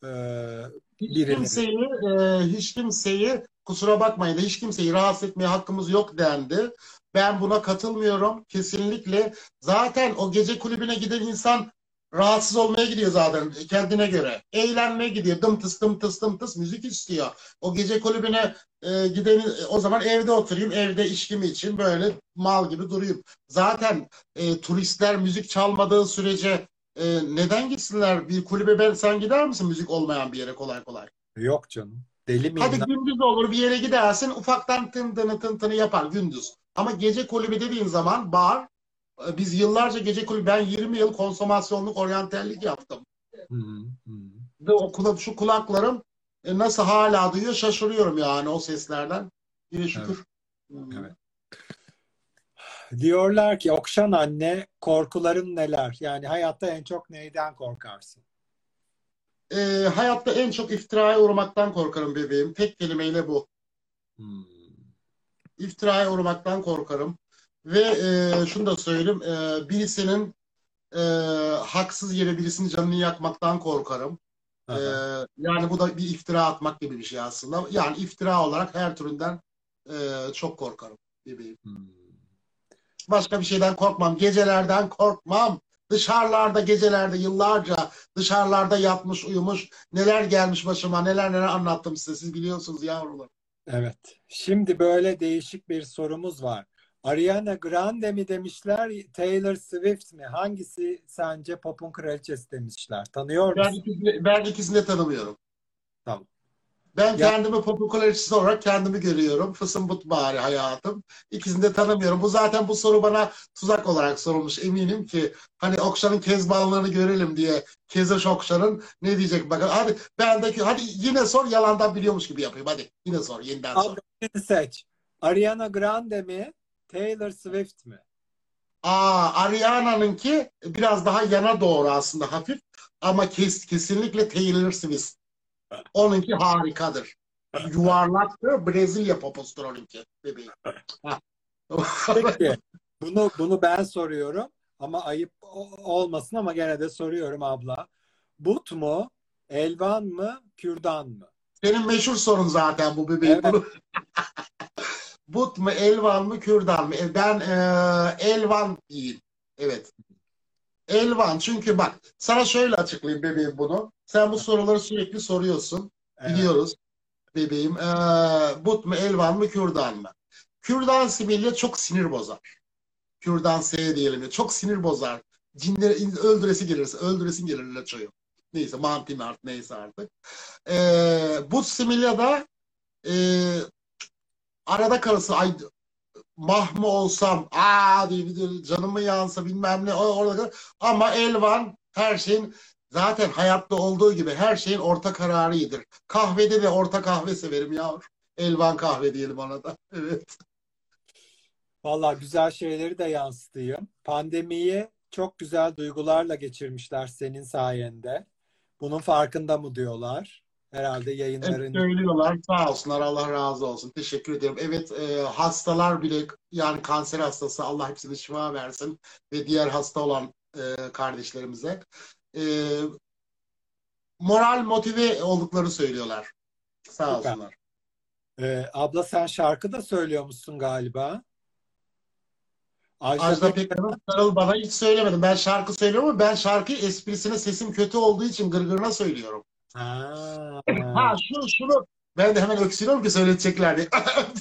ee, Hiç birileri. kimseyi, e, hiç kimseyi kusura bakmayın da hiç kimseyi rahatsız etmeye hakkımız yok dendi. Ben buna katılmıyorum kesinlikle. Zaten o gece kulübüne giden insan rahatsız olmaya gidiyor zaten kendine göre. Eğlenmeye gidiyor. Dım tıs dım tıs dım tıs müzik istiyor. O gece kulübüne e, gideni o zaman evde oturayım, evde içkimi için böyle mal gibi durayım. Zaten e, turistler müzik çalmadığı sürece e, neden gitsinler bir kulübe ben sen gider misin müzik olmayan bir yere kolay kolay? Yok canım. Deli miyim? Hadi gündüz olur bir yere gidersin ufaktan tıntını tıntını yapar gündüz. Ama gece kulübü dediğin zaman bar e, biz yıllarca gece kulübü ben yirmi yıl konsomasyonluk oryantallik yaptım. Hı hı, hı. Ve o kula- şu kulaklarım e, nasıl hala duyuyor şaşırıyorum yani o seslerden. Yine Evet, şükür. Hmm. evet. Diyorlar ki Okşan anne korkuların neler? Yani hayatta en çok neyden korkarsın? E, hayatta en çok iftiraya uğramaktan korkarım bebeğim. Tek kelimeyle bu. Hmm. İftiraya uğramaktan korkarım. Ve e, şunu da söyleyeyim. E, birisinin e, haksız yere birisinin canını yakmaktan korkarım. E, Aha. yani bu da bir iftira atmak gibi bir şey aslında. Yani iftira olarak her türünden e, çok korkarım bebeğim. Hmm. Başka bir şeyden korkmam. Gecelerden korkmam. Dışarılarda gecelerde yıllarca dışarılarda yatmış uyumuş neler gelmiş başıma neler neler anlattım size siz biliyorsunuz yavrular. Evet. Şimdi böyle değişik bir sorumuz var. Ariana Grande mi demişler, Taylor Swift mi? Hangisi sence pop'un kraliçesi demişler? Tanıyor Ben musun? ikisini, ben ikisini de tanımıyorum. Tamam. Ben Ya kendimi popülaritesi olarak kendimi görüyorum. Fısımbıt bari hayatım. İkisini de tanımıyorum. Bu zaten bu soru bana tuzak olarak sorulmuş. Eminim ki hani Okşan'ın kezbanlığını görelim diye Kezoş Okşan'ın ne diyecek bakın. Hadi bendeki hadi yine sor yalandan biliyormuş gibi yapayım. Hadi yine sor yeniden sor. abla birini seç. Ariana Grande mi? Taylor Swift mi? Aa, Ariana'nınki biraz daha yana doğru aslında hafif ama kes, kesinlikle Taylor Swift. Onunki harikadır. Yuvarlaktır. Brezilya poposudur onunki bebeğim. Ha. Peki. Bunu bunu ben soruyorum ama ayıp o- olmasın ama gene de soruyorum abla. But mu? Elvan mı? Kürdan mı? Senin meşhur sorun zaten bu bebeğim. Evet. Bunu but mu, elvan mı, kürdan mı? E, Ben e, elvan diyeyim. Evet. Elvan çünkü bak sana şöyle açıklayayım bebeğim bunu. Sen bu soruları sürekli soruyorsun. Evet. Biliyoruz bebeğim. E, but mu, elvan mı, kürdan mı? Kürdan similya çok sinir bozar. Kürdan S diyelim ya. Çok sinir bozar. Cinleri öldüresi gelirse, öldüresin gelir Laço'yu. Neyse mantimi artık neyse artık. Ee, bu Similya'da e, arada karısı ay mah mı olsam aa diye bir canım mı yansa bilmem ne orada ama Elvan her şeyin zaten hayatta olduğu gibi her şeyin orta kararı iyidir. Kahvede de orta kahve severim yavrum. Elvan kahve diyelim ona da. Evet. Vallahi güzel şeyleri de yansıtayım. Pandemiyi çok güzel duygularla geçirmişler senin sayende. Bunun farkında mı diyorlar? Herhalde Evet, yayınların. söylüyorlar. Sağ olsunlar. Allah razı olsun. Teşekkür ederim. Evet, e, hastalar bile yani kanser hastası Allah hepsine şifa versin ve diğer hasta olan e, kardeşlerimize e, moral motive olduklarını söylüyorlar. Sağ Süper. olsunlar. Ee, abla sen şarkı da söylüyormuşsun galiba. Ajda Ajda Pekkan. Pekkan'ın Sarıl Bana hiç söylemedim. Ben şarkı söylüyorum ama ben şarkıyı esprisine sesim kötü olduğu için gırgırına söylüyorum. Ha, Ha şu şunu ben de hemen öksürüyorum ki söyletecekler diye.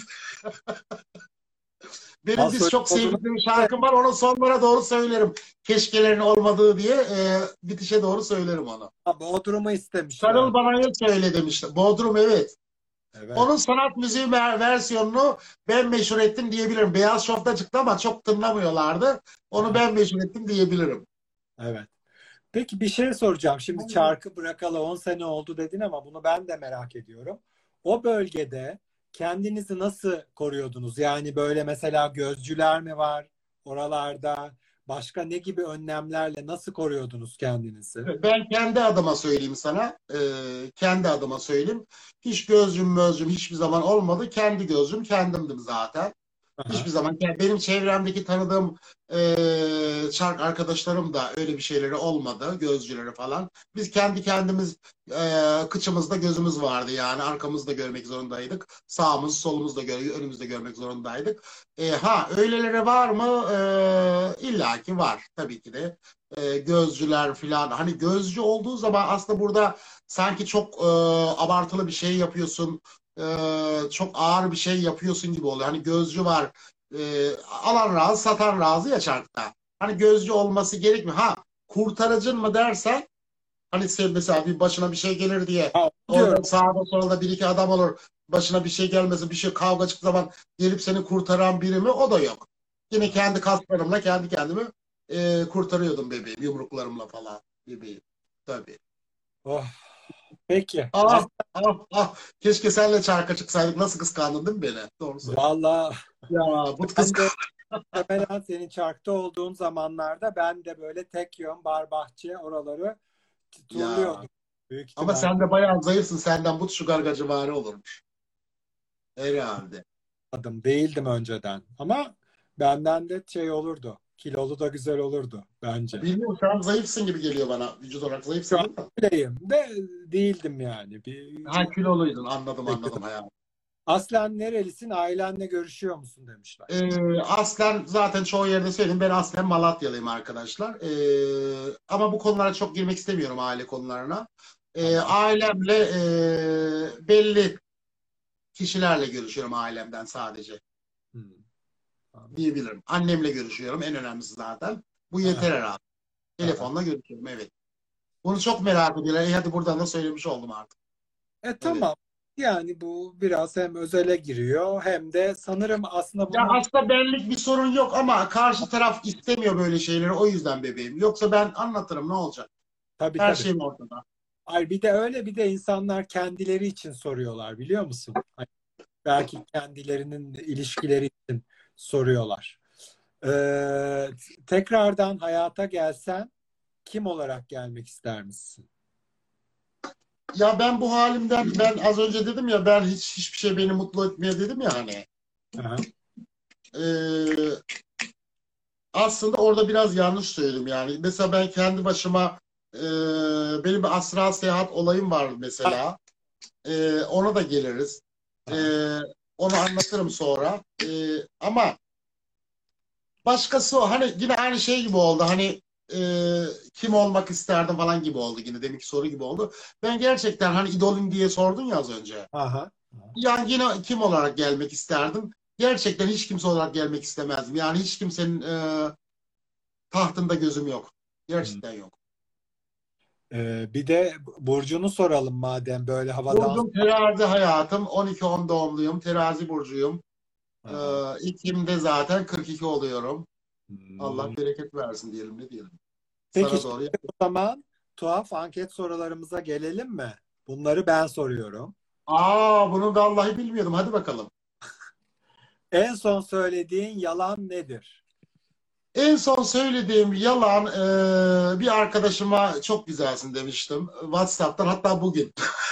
Benim biz Falso çok olduğunu sevdiğim şarkım var. Onu sonlara doğru söylerim. Keşkelerin olmadığı diye e, bitişe doğru söylerim onu. Bodrum'u istemişler. Sarıl Bana'yı söyle demişti. Bodrum evet. Evet, Onun sanat müziği ver- versiyonunu ben meşhur ettim diyebilirim. Beyaz Şov'da çıktı ama çok tınlamıyorlardı. Onu ben meşhur ettim diyebilirim. evet. Peki bir şey soracağım. Şimdi çarkı bırakalı on sene oldu dedin ama bunu ben de merak ediyorum. O bölgede kendinizi nasıl koruyordunuz? Yani böyle mesela gözcüler mi var oralarda? Başka ne gibi önlemlerle nasıl koruyordunuz kendinizi? Ben kendi adıma söyleyeyim sana. E, kendi adıma söyleyeyim. Hiç gözcüm mözcüm hiçbir zaman olmadı. Kendi gözcüm kendimdim zaten. Aha, Hiçbir zaman yani benim çevremdeki tanıdığım e, şark arkadaşlarım da öyle bir şeyleri olmadı. Gözcüleri falan. Biz kendi kendimiz e, kıçımızda gözümüz vardı yani. Arkamızda görmek zorundaydık. Sağımız solumuzda gör, önümüzde görmek zorundaydık. E, ha öyleleri var mı? E, illaki var tabii ki de. E, gözcüler falan. Hani gözcü olduğu zaman aslında burada sanki çok e, abartılı bir şey yapıyorsun e, çok ağır bir şey yapıyorsun gibi oluyor. Hani gözcü var. E, alan razı, satan razı ya çarkta. Hani gözcü olması gerekmiyor. Ha, kurtarıcın mı dersen hani sen mesela bir başına bir şey gelir diye ha, onu diyorum. orada sağda solda bir iki adam olur. Başına bir şey gelmesin, bir şey kavga çıktığı zaman gelip seni kurtaran biri mi? O da yok. Yine kendi kaslarımla kendi kendimi e, kurtarıyordum bebeğim. Yumruklarımla falan bebeğim. Tabii. Oh, peki. Ah, As ah, ah. Keşke senle çarka çıksaydık. Nasıl kıskandın değil mi beni? Doğru söyle. Valla Ya bu ben kıskan. de muhtemelen senin çarkta olduğun zamanlarda ben de böyle tek yön bar bahçe oraları Ya turluyordum. Büyük ama ihtimal. sen de bayağı zayıfsın. Senden but şu gargacıvari olurmuş. Herhalde. Adım değildim önceden. Ama benden de şey olurdu. Kilolu da güzel olurdu bence. Bilmiyorum sen zayıfsın gibi geliyor bana. Vücut olarak Şu zayıfsın an değil mi? öyleyim de değildim yani. Bir, Ha kiloluydun. Anladım pek anladım hayal. aslen nerelisin? Ailenle görüşüyor musun demişler. Ee, aslen zaten çoğu yerde söyleyeyim. Ben aslen Malatyalıyım arkadaşlar. Ee, ama bu konulara çok girmek istemiyorum aile konularına. Ee, Tamam. ailemle e, belli kişilerle görüşüyorum ailemden sadece. Hmm, tamam. Diyebilirim. Annemle görüşüyorum. En önemlisi zaten. Bu Aha, yeter herhalde. aha. Telefonla görüşüyorum. Evet. Bunu çok merak ediyorlar. E hadi buradan da söylemiş oldum artık. E Evet. tamam. Yani bu biraz hem özele giriyor hem de sanırım aslında Ya bunun aslında benlik bir sorun yok ama karşı taraf istemiyor böyle şeyleri, o yüzden bebeğim. Yoksa ben anlatırım, ne olacak? tabii Her tabii. şeyim ortada. Ay bir de öyle bir de insanlar kendileri için soruyorlar biliyor musun? Hani belki kendilerinin ilişkileri için soruyorlar. Ee, tekrardan hayata gelsen kim olarak gelmek ister misin? Ya ben bu halimden, ben az önce dedim ya, ben hiç hiçbir şey beni mutlu etmiyor dedim ya hani. Aha. Ee, Aslında orada biraz yanlış söyledim yani. Mesela ben kendi başıma, e, benim bir astral seyahat olayım var Ha, mesela. Ee, ona da geliriz. aha. Ee, Onu anlatırım sonra. Ee, ama başkası o. Hani yine aynı şey gibi oldu. Hani e, kim olmak isterdim falan gibi oldu. Yine deminki soru gibi oldu. Ben gerçekten hani idolüm diye sordun ya az önce. Aha. Yani yine kim olarak gelmek isterdim? Gerçekten hiç kimse olarak gelmek istemezdim. Yani hiç kimsenin e, tahtında gözüm yok. Hmm. Gerçekten yok. Ee, bir de Burcu'nu soralım madem böyle havadan. Burcum terazi hayatım. on iki on doğumluyum. Terazi burcuyum. Ee, Aha. Ekim'de zaten kırk iki oluyorum. Allah Hmm. bereket versin diyelim, ne diyelim. Peki Sana şimdi doğru. o zaman tuhaf anket sorularımıza gelelim mi? Bunları ben soruyorum. Aa, bunu vallahi bilmiyordum. Hadi bakalım. En son söylediğin yalan nedir? En son söylediğim yalan, e, bir arkadaşıma çok güzelsin demiştim. WhatsApp'tan, hatta bugün.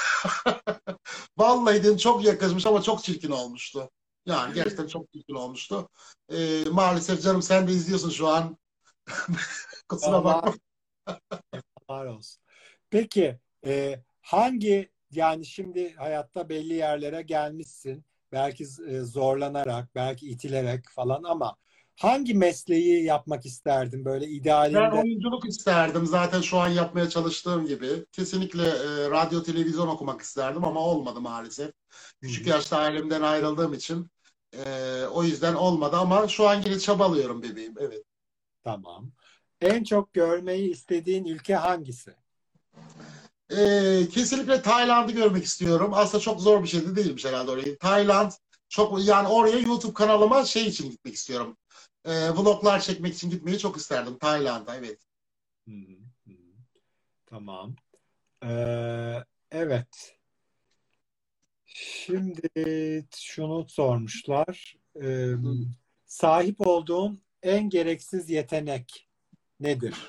Vallahi dedim, çok yakışmış ama çok çirkin olmuştu. Yani gerçekten çok çirkin olmuştu. E, maalesef canım, sen de izliyorsun şu an. Kusura Allah bakma. var olsun. Peki e, hangi yani şimdi hayatta belli yerlere gelmişsin. Belki e, zorlanarak, belki itilerek falan ama hangi mesleği yapmak isterdin böyle Ben idealinde? oyunculuk isterdim. Zaten şu an yapmaya çalıştığım gibi. Kesinlikle e, radyo, televizyon okumak isterdim ama olmadı maalesef. Hı Küçük hı, yaşta ailemden ayrıldığım için e, o yüzden olmadı ama şu an yine çabalıyorum bebeğim. Evet. tamam. En çok görmeyi istediğin ülke hangisi? E, kesinlikle Tayland'ı görmek istiyorum. Aslında çok zor bir şey de değilmiş herhalde orayı. Tayland çok, yani oraya YouTube kanalıma şey için gitmek istiyorum. E, vloglar çekmek için gitmeyi çok isterdim Tayland'a. Evet. Hı hı, hı hı. Tamam. Ee, evet. Şimdi şunu sormuşlar. Ee, sahip olduğun en gereksiz yetenek nedir?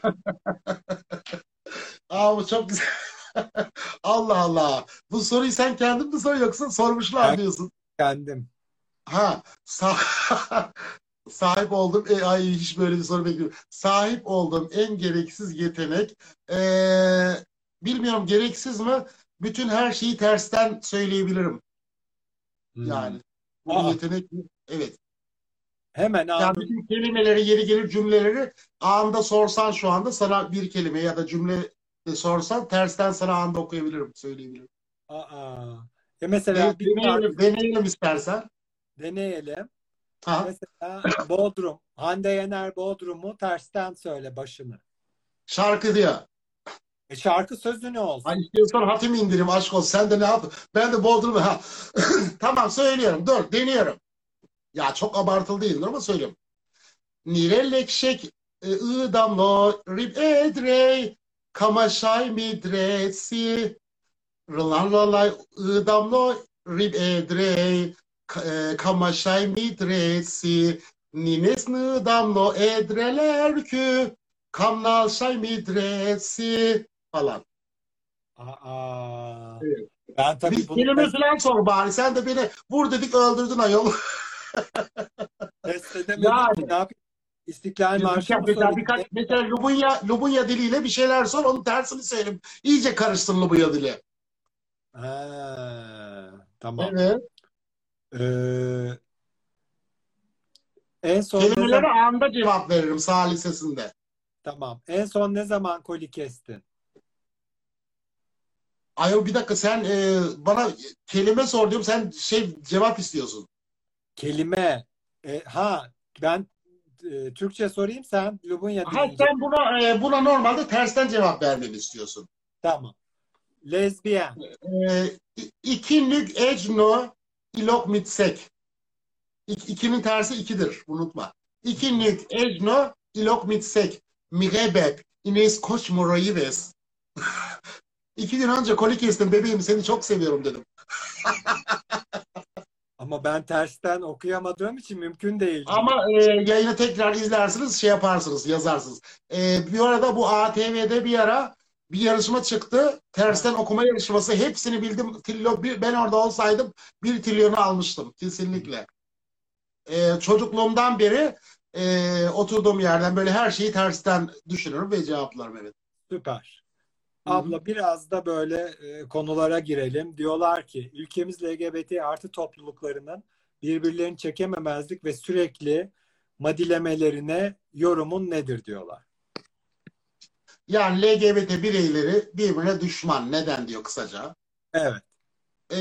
Aa, bu çok güzel. Allah Allah. Bu soruyu sen kendin mi soruyorsun? Sormuşlar Ben diyorsun. kendim. Ha, sa sahip oldum. E, ay, hiç böyle bir soru bekliyorum. Sahip olduğum en gereksiz yetenek. Ee, bilmiyorum, gereksiz mi? Bütün her şeyi tersten söyleyebilirim. Hmm. Yani bu bir Aa, yetenek mi? Evet. hemen Yani anında. bütün kelimeleri, yeri gelir cümleleri anında sorsan, şu anda sana bir kelime ya da cümle de sorsan tersten sana anında okuyabilirim, söyleyebilirim. Aa. Ya mesela Evet, bir şarkı deneyelim, deneyelim istersen. deneyelim. Ha, Mesela Bodrum. Hande Yener Bodrum'u tersten söyle başını. şarkı diyor. E şarkı sözü ne Ay, olsun? istiyorsan hatim indirim, aşk olsun. Sen de ne yap? Ben de Bodrum'u. Ha. Tamam, söylüyorum. Dur, deniyorum. Ya çok abartılı değildir ama söylüyorum. Nirelekşek e, ıdamlo rib edrey kamaşay midresi rılan lalay ıdamlo rib edrey ka- e, kamaşay midresi nines nıdamlo edreler kü kamnalşay midresi falan. Aa. Evet. Ben tabii Bir bunu kelime test, falan sor bari. Sen de beni vur dedik öldürdün ayol. test edemedim ki Yani ne yapayım? İstiklal Marşı birkaç, mı mesela sorayım? birkaç, Ne? mesela Lubunya, Lubunya diliyle bir şeyler sor, onun tersini söyle. İyice karışsın Lubunya dili. Ha, tamam. Evet. Ee, en son ne Kelimelere zaman anında cevap veririm salisesinde. tamam. En son ne zaman koli kestin? Ayol, bir dakika, sen e, bana kelime sor diyorum, sen şey cevap istiyorsun. Kelime. E, ha ben e, Türkçe sorayım sen Lubunya Ha, dilini sen cevap. buna e, buna normalde tersten cevap vermemi istiyorsun. Tamam. Lezbiyen. E, İ- İki nük ecno ilok mitsek. İk, ikinin tersi ikidir. Unutma. İki nük ecno ilok mitsek. Mirebeb. Ines koç moroyives. İki gün önce koli kestim bebeğim seni çok seviyorum dedim. Ama ben tersten okuyamadığım için mümkün değil gibi. Ama e, yayını tekrar izlersiniz, şey yaparsınız, yazarsınız. E, bir arada bu A T V'de bir ara bir yarışma çıktı. Ha, Tersten okuma yarışması. Hepsini bildim. Trilyon, bir, ben orada olsaydım bir trilyonu almıştım. Kesinlikle. E, çocukluğumdan beri e, oturduğum yerden böyle her şeyi tersten düşünürüm ve cevaplarım, evet. süper. Hı hı. Abla biraz da böyle e, konulara girelim. Diyorlar ki ülkemiz L G B T artı topluluklarının birbirlerini çekememezlik ve sürekli madilemelerine yorumun nedir diyorlar. Yani L G B T bireyleri birbirine düşman. Neden diyor kısaca. Evet. E,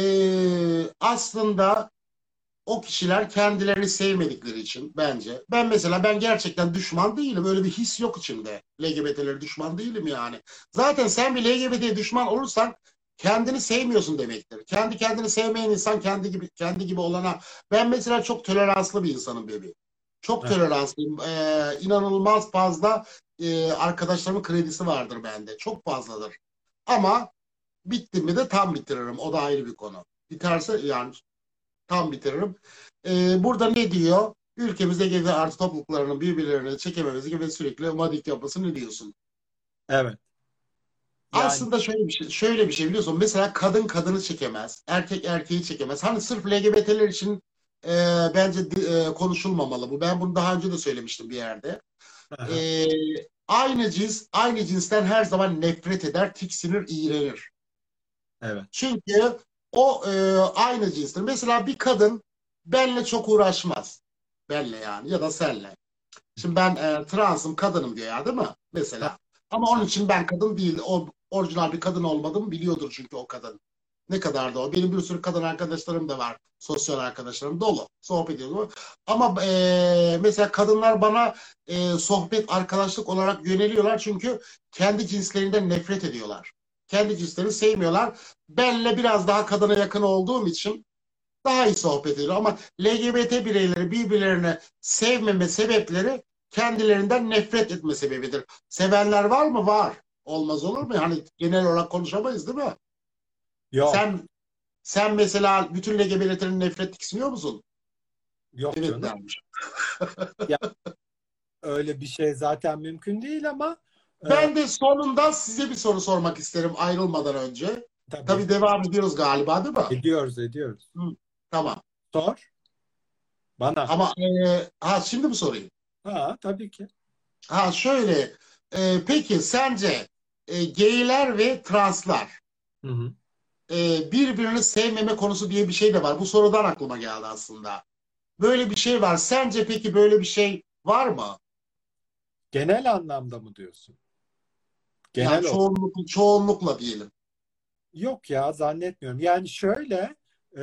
aslında o kişiler kendilerini sevmedikleri için bence. Ben mesela ben gerçekten düşman değilim. Öyle bir his yok içimde. L G B T'lere düşman değilim yani. Zaten sen bir L G B T'ye düşman olursan kendini sevmiyorsun demektir. Kendi kendini sevmeyen insan kendi gibi kendi gibi olana. Ben mesela çok toleranslı bir insanım bebeğim. Çok Evet. toleranslıyım. Ee, inanılmaz fazla e, arkadaşlarımın kredisi vardır bende. Çok fazladır. Ama bittim mi de tam bitiririm. O da ayrı bir konu. Biterse yani tam bitiririm. Ee, burada ne diyor? Ülkemizde gezi artı topluluklarının birbirlerini çekememesi gibi sürekli madik yapması ne diyorsun? Evet. Yani Aslında şöyle bir şey, şöyle bir şey biliyorsun. Mesela kadın kadını çekemez, erkek erkeği çekemez. Hani sırf L G B T'ler için e, bence e, konuşulmamalı bu. Ben bunu daha önce de söylemiştim bir yerde. aha, E, aynı cins, aynı cinsten her zaman nefret eder, tiksinir, iğrenir. evet. Çünkü o e, aynı cinstir. Mesela bir kadın benle çok uğraşmaz. Benle yani ya da senle. Şimdi ben e, transım, kadınım diyor ya değil mi? Ha, Mesela. Ama onun için ben kadın değil. O orijinal bir kadın olmadığımı biliyordur çünkü o kadın. Ne kadar da o. Benim bir sürü kadın arkadaşlarım da var. Sosyal arkadaşlarım dolu. Sohbet ediyoruz. Ama e, mesela kadınlar bana e, sohbet, arkadaşlık olarak yöneliyorlar. Çünkü kendi cinslerinden nefret ediyorlar. Kendi cinslerini sevmiyorlar. Benle biraz daha kadına yakın olduğum için daha iyi sohbet ediyor. Ama L G B T bireyleri birbirlerine sevmeme sebepleri kendilerinden nefret etme sebebidir. Sevenler var mı? Var. Olmaz olur mu? Hani genel olarak konuşamayız değil mi? yok. Sen sen mesela bütün L G B T'nin nefret tiksiniyor musun? Yok Evet canım. dermiş. Ya öyle bir şey zaten mümkün değil ama e, Ben de sonunda size bir soru sormak isterim ayrılmadan önce. tabii Tabii devam ediyoruz galiba değil mi? ediyoruz ediyoruz. Hı, tamam. Sor bana. Ama e, ha şimdi mi sorayım? Ha tabii ki. Ha şöyle, e, peki sence e, geyler ve translar Hı hı. e, birbirini sevmeme konusu diye bir şey de var. Bu sorudan aklıma geldi aslında. Böyle bir şey var. Sence peki böyle bir şey var mı? Genel anlamda mı diyorsun? Yani Genel olarak. çoğunluk, çoğunlukla diyelim. Yok ya zannetmiyorum. Yani şöyle e,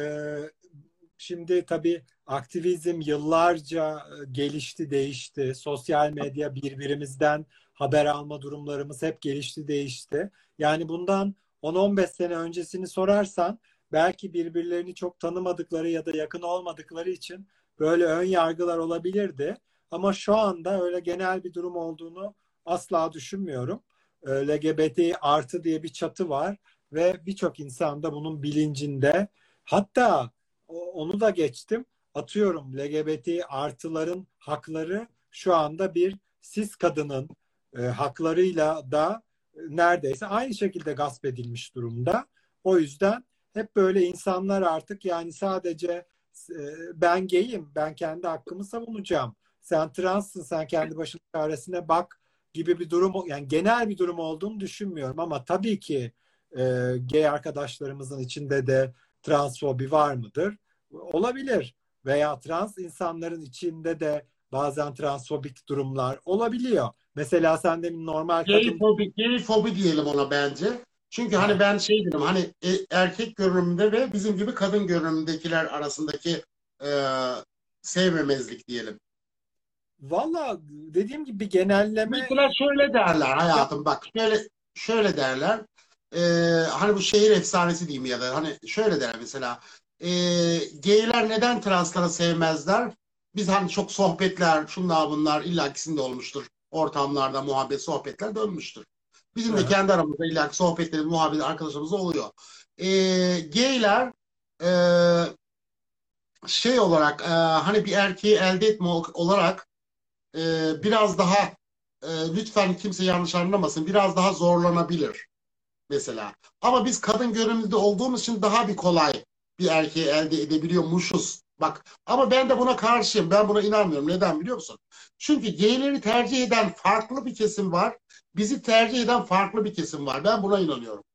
şimdi tabii aktivizm yıllarca e, gelişti, değişti. Sosyal medya birbirimizden haber alma durumlarımız hep gelişti, değişti. Yani bundan on on beş sene öncesini sorarsan belki birbirlerini çok tanımadıkları ya da yakın olmadıkları için böyle ön yargılar olabilirdi. Ama şu anda öyle genel bir durum olduğunu asla düşünmüyorum. E, L G B T artı diye bir çatı var ve birçok insan da bunun bilincinde. Hatta onu da geçtim. Atıyorum L G B T artıların hakları şu anda bir cis kadının e, haklarıyla da e, neredeyse aynı şekilde gasp edilmiş durumda. O yüzden hep böyle insanlar artık yani sadece e, ben gayim, ben kendi hakkımı savunacağım. Sen transsın, sen kendi başının çaresine bak gibi bir durum, yani genel bir durum olduğunu düşünmüyorum ama tabii ki e, gay arkadaşlarımızın içinde de transfobi var mıdır? Olabilir. Veya trans insanların içinde de bazen transfobik durumlar olabiliyor. Mesela sen demin normal Gay kadın. fobi, gay fobi diyelim ona bence. Çünkü hani Ha. ben şey dedim hani e, erkek görünümünde ve bizim gibi kadın görünümündekiler arasındaki e, sevmemezlik diyelim. Valla dediğim gibi bir genelleme Mesela şöyle derler ya, hayatım bak şöyle şöyle derler. e, hani bu şehir efsanesi diyeyim ya da hani şöyle der mesela e, gayler neden transları sevmezler? Biz hani çok sohbetler, şunlar bunlar illakisinde olmuştur. Ortamlarda muhabbet, sohbetler dönmüştür. Bizim de Aha. kendi aramızda illaki sohbetlerimiz, muhabbet arkadaşlarımız oluyor. E, gayler e, şey olarak e, hani bir erkeği elde etme olarak e, biraz daha e, lütfen kimse yanlış anlamasın biraz daha zorlanabilir mesela. Ama biz kadın görünümlü olduğumuz için daha bir kolay bir erkeği elde edebiliyormuşuz. Bak ama ben de buna karşıyım. Ben buna inanmıyorum. Neden biliyor musun? Çünkü gayleri tercih eden farklı bir kesim var. Bizi tercih eden farklı bir kesim var. Ben buna inanıyorum.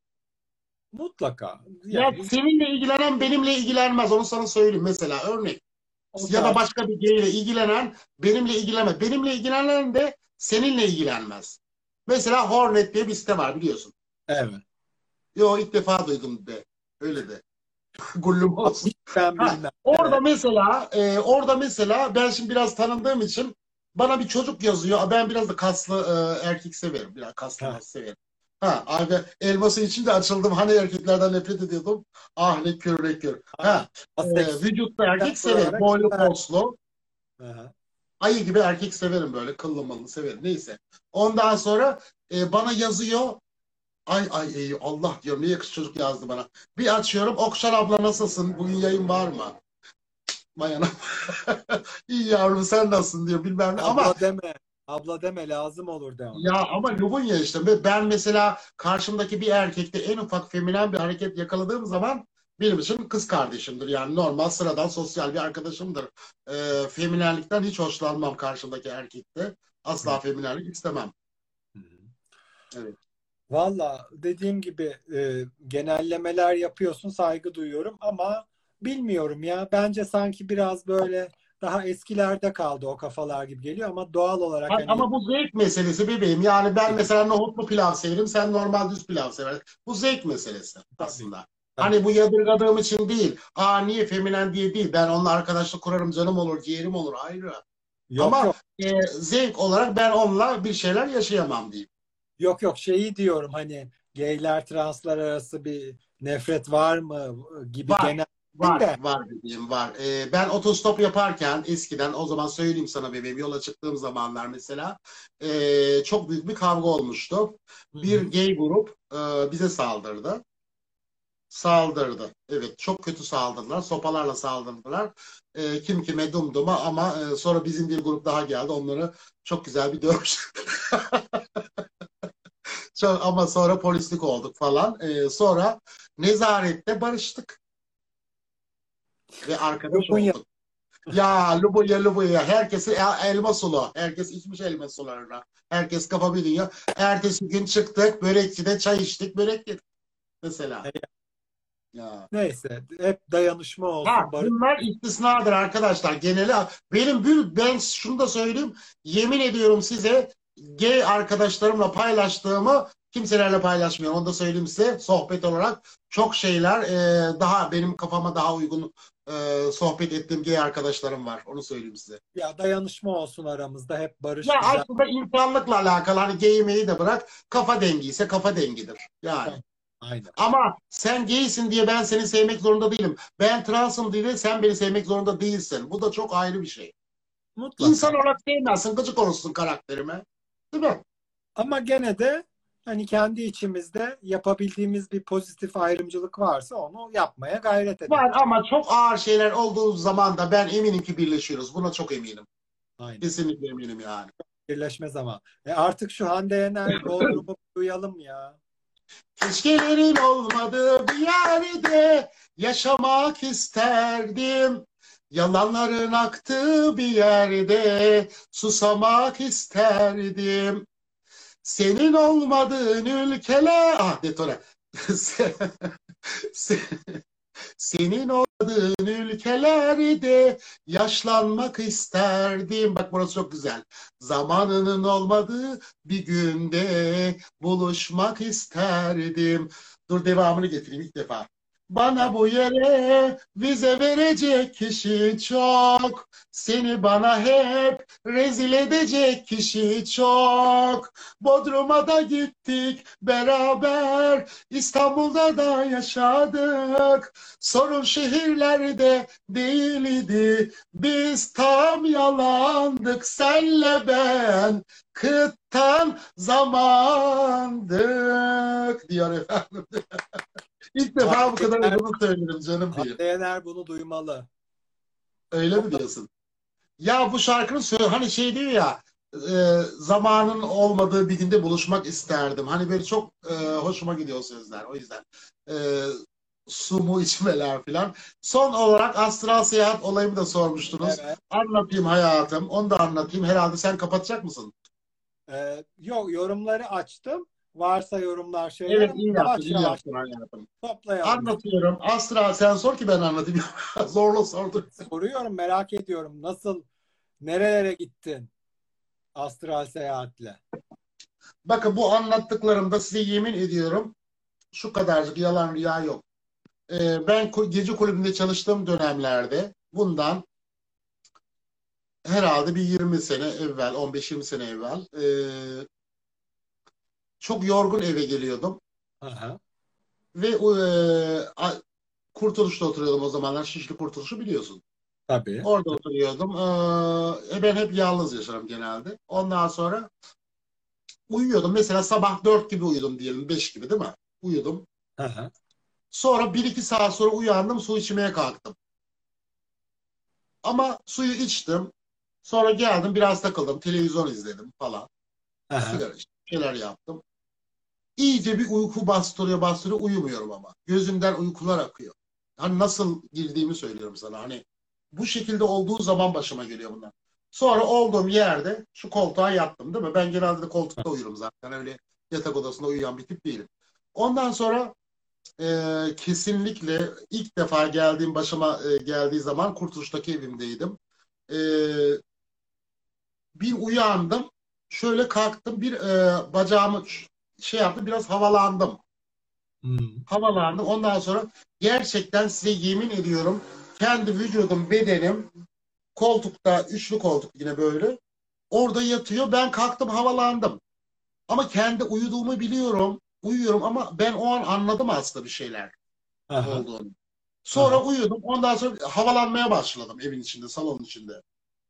Mutlaka. Ya Yani seninle ilgilenen benimle ilgilenmez. Onu sana söyleyeyim mesela örnek. o Ya da tartış başka bir geyle ilgilenen benimle ilgilenmez. Benimle ilgilenen de seninle ilgilenmez. Mesela Hornet diye bir site var biliyorsun. evet. Yo ilk defa duydum de. Öyle de. Gullum olsun. Hiç ben Ha, bilmem. orada Evet. mesela e, orada mesela ben şimdi biraz tanındığım için bana bir çocuk yazıyor. Ben biraz da kaslı e, erkek severim. Biraz kaslı Ha, mas severim. Ha, abi elması için de açıldım. Hani erkeklerden nefret ediyordum. Ah ne kör ne kör. ha. Ha, e, vücutlu Aseksüelden erkek severim. buralara Boylu kadar. poslu. Aha. Ayı gibi erkek severim böyle. Kıllı mıllı severim. Neyse. Ondan sonra e, bana yazıyor. Ay ay ay Allah diyorum ne yakış çocuk yazdı bana. Bir açıyorum. Okşan abla nasılsın? Bugün yayın var mı? Mayana. İyi yavrum sen nasılsın diyor bilmem ne. Ama Abla deme. Abla deme, lazım olur de ona. ya ama Lubunya işte. Ve ben mesela karşımdaki bir erkekte en ufak feminen bir hareket yakaladığım zaman benim için kız kardeşimdir. Yani normal sıradan sosyal bir arkadaşımdır. Ee, feminenlikten hiç hoşlanmam karşımdaki erkekte. Hı. Asla feminenlik istemem. Hı. Evet. Valla dediğim gibi e, genellemeler yapıyorsun, saygı duyuyorum ama bilmiyorum ya. Bence sanki biraz böyle daha eskilerde kaldı o kafalar gibi geliyor ama doğal olarak Ay, hani ama bu zevk meselesi bebeğim. Yani ben mesela nohutlu pilav severim, sen normal düz pilav seversin. Bu zevk meselesi tabii, aslında. tabii. Hani bu yadırgadığım için değil. Aa niye feminen diye değil. Ben onunla arkadaşlık kurarım, canım olur, ciğerim olur ayrı. Yok Ama yok. e, zevk olarak ben onunla bir şeyler yaşayamam diyeyim. Yok yok, şeyi diyorum, hani gayler translar arası bir nefret var mı gibi Var, genel var, de. var bebeğim var. E, ben otostop yaparken eskiden o zaman söyleyeyim sana bebeğim yola çıktığım zamanlar mesela e, çok büyük bir kavga olmuştu. Hı Bir hı. gay grup e, bize saldırdı. Saldırdı. Evet, çok kötü saldırdılar. Sopalarla saldırdılar. E, kim kime dumduma ama e, sonra bizim bir grup daha geldi. Onları çok güzel bir dövüş. Çok, ama sonra polislik olduk falan. E, sonra nezarette barıştık ve arkadaş Lubunya. olduk. Ya Lubuya Lubuya. Herkesi el- elma sulu. Herkes içmiş elma sularına. Herkes kafa biliyor. Ertesi gün çıktık. Börekçide çay içtik. Börek yedik mesela. Ya. Neyse, hep dayanışma Ha, olsun, barış. bunlar istisnadır arkadaşlar. Geneli benim bir ben şunu da söyleyeyim. Yemin ediyorum size gay arkadaşlarımla paylaştığımı kimselerle paylaşmıyorum. Onu da söyleyeyim size. Sohbet olarak çok şeyler e, daha benim kafama daha uygun e, sohbet ettiğim gay arkadaşlarım var. Onu söyleyeyim size. Ya dayanışma olsun aramızda, hep barış Ya güzel. aslında insanlıkla alakalı hani gaymeyi de bırak. Kafa dengi ise kafa dengidir. Yani. Tamam. Aynen. Ama sen gaysin diye ben seni sevmek zorunda değilim. Ben transım diye sen beni sevmek zorunda değilsin. Bu da çok ayrı bir şey. İnsan Mutlaka. olarak sevmezsin, gıcık olursun karakterime. Değil mi? Ama gene de hani kendi içimizde yapabildiğimiz bir pozitif ayrımcılık varsa onu yapmaya gayret Var edelim. ama çok ağır şeyler olduğu zaman da ben eminim ki birleşiyoruz. Buna çok eminim. Aynen. Kesinlikle eminim yani. Birleşme zamanı. E artık şu Hande Yener Bodrum'u duyalım ya. Keşkelerin olmadığı bir yerde yaşamak isterdim. Yalanların aktığı bir yerde susamak isterdim. Senin olmadığın ülkeler... Ah detone. Senin olmadığın ülkelerde yaşlanmak isterdim. Bak burası çok güzel. Zamanının olmadığı bir günde buluşmak isterdim. Dur devamını getireyim ilk defa. Bana bu yere vize verecek kişi çok. Seni bana hep rezil edecek kişi çok. Bodrum'a da gittik beraber. İstanbul'da da yaşadık. Sorun şehirlerde değildi. Biz tam yalandık senle ben. Kıttan zamandık diyor efendim. İlk defa bu Hande kadar Yener, uzun söyledim canım diye. Hande Yener bunu duymalı. Öyle mi diyorsun? Ya bu şarkının söyle hani şey diyor ya e, zamanın olmadığı bir günde buluşmak isterdim. Hani böyle çok e, hoşuma gidiyor o sözler. O yüzden e, su mu içmeler falan. Son olarak astral seyahat olayımı da sormuştunuz. Evet. Anlatayım hayatım. Onu da anlatayım. Herhalde sen kapatacak mısın? Ee, yok, yorumları açtım. Varsa yorumlar şeyler Evet ama iyi yaptın, yavaş iyi yavaş yaptın hayatım. toplayalım. Anlatıyorum. Astral sen sor ki ben anlatayım. Zorla sordun. Soruyorum, merak ediyorum. Nasıl, nerelere gittin astral seyahatle? Bakın bu anlattıklarımda size yemin ediyorum şu kadarcık yalan rüya yok. Ee, ben gece kulübünde çalıştığım dönemlerde bundan herhalde bir yirmi sene evvel, on beş yirmi sene evvel e, çok yorgun eve geliyordum Aha, ve e, Kurtuluş'ta oturuyordum o zamanlar. Şişli Kurtuluş'u biliyorsun. tabii. Orada oturuyordum. Ee, ben hep yalnız yaşarım genelde. Ondan sonra uyuyordum. Mesela sabah dört gibi uyudum diyelim, beş gibi değil mi? Uyudum. Aha, Sonra bir iki saat sonra uyandım, su içmeye kalktım. Ama suyu içtim. Sonra geldim, biraz takıldım, televizyon izledim falan. aha, Sigara içtim, şeyler yaptım. İyice bir uyku bastırıyor bastırıyor, uyumuyorum ama. Gözümden uykular akıyor. Hani nasıl girdiğimi söylüyorum sana. Hani bu şekilde olduğu zaman başıma geliyor bunlar. Sonra olduğum yerde şu koltuğa yattım değil mi? Ben genelde de koltukta uyurum zaten. Öyle yatak odasında uyuyan bir tip değilim. Ondan sonra e, kesinlikle ilk defa geldiğim başıma e, geldiği zaman Kurtuluş'taki evimdeydim. E, bir uyandım. Şöyle kalktım. Bir e, bacağımı şey yaptım. Biraz havalandım. hmm, Havalandım. Ondan sonra gerçekten size yemin ediyorum kendi vücudum, bedenim koltukta, üçlü koltuk yine böyle. Orada yatıyor. Ben kalktım havalandım. Ama kendi uyuduğumu biliyorum. Uyuyorum ama ben o an anladım aslında bir şeyler aha, olduğunu. Sonra aha. uyudum. Ondan sonra havalanmaya başladım evin içinde, salonun içinde.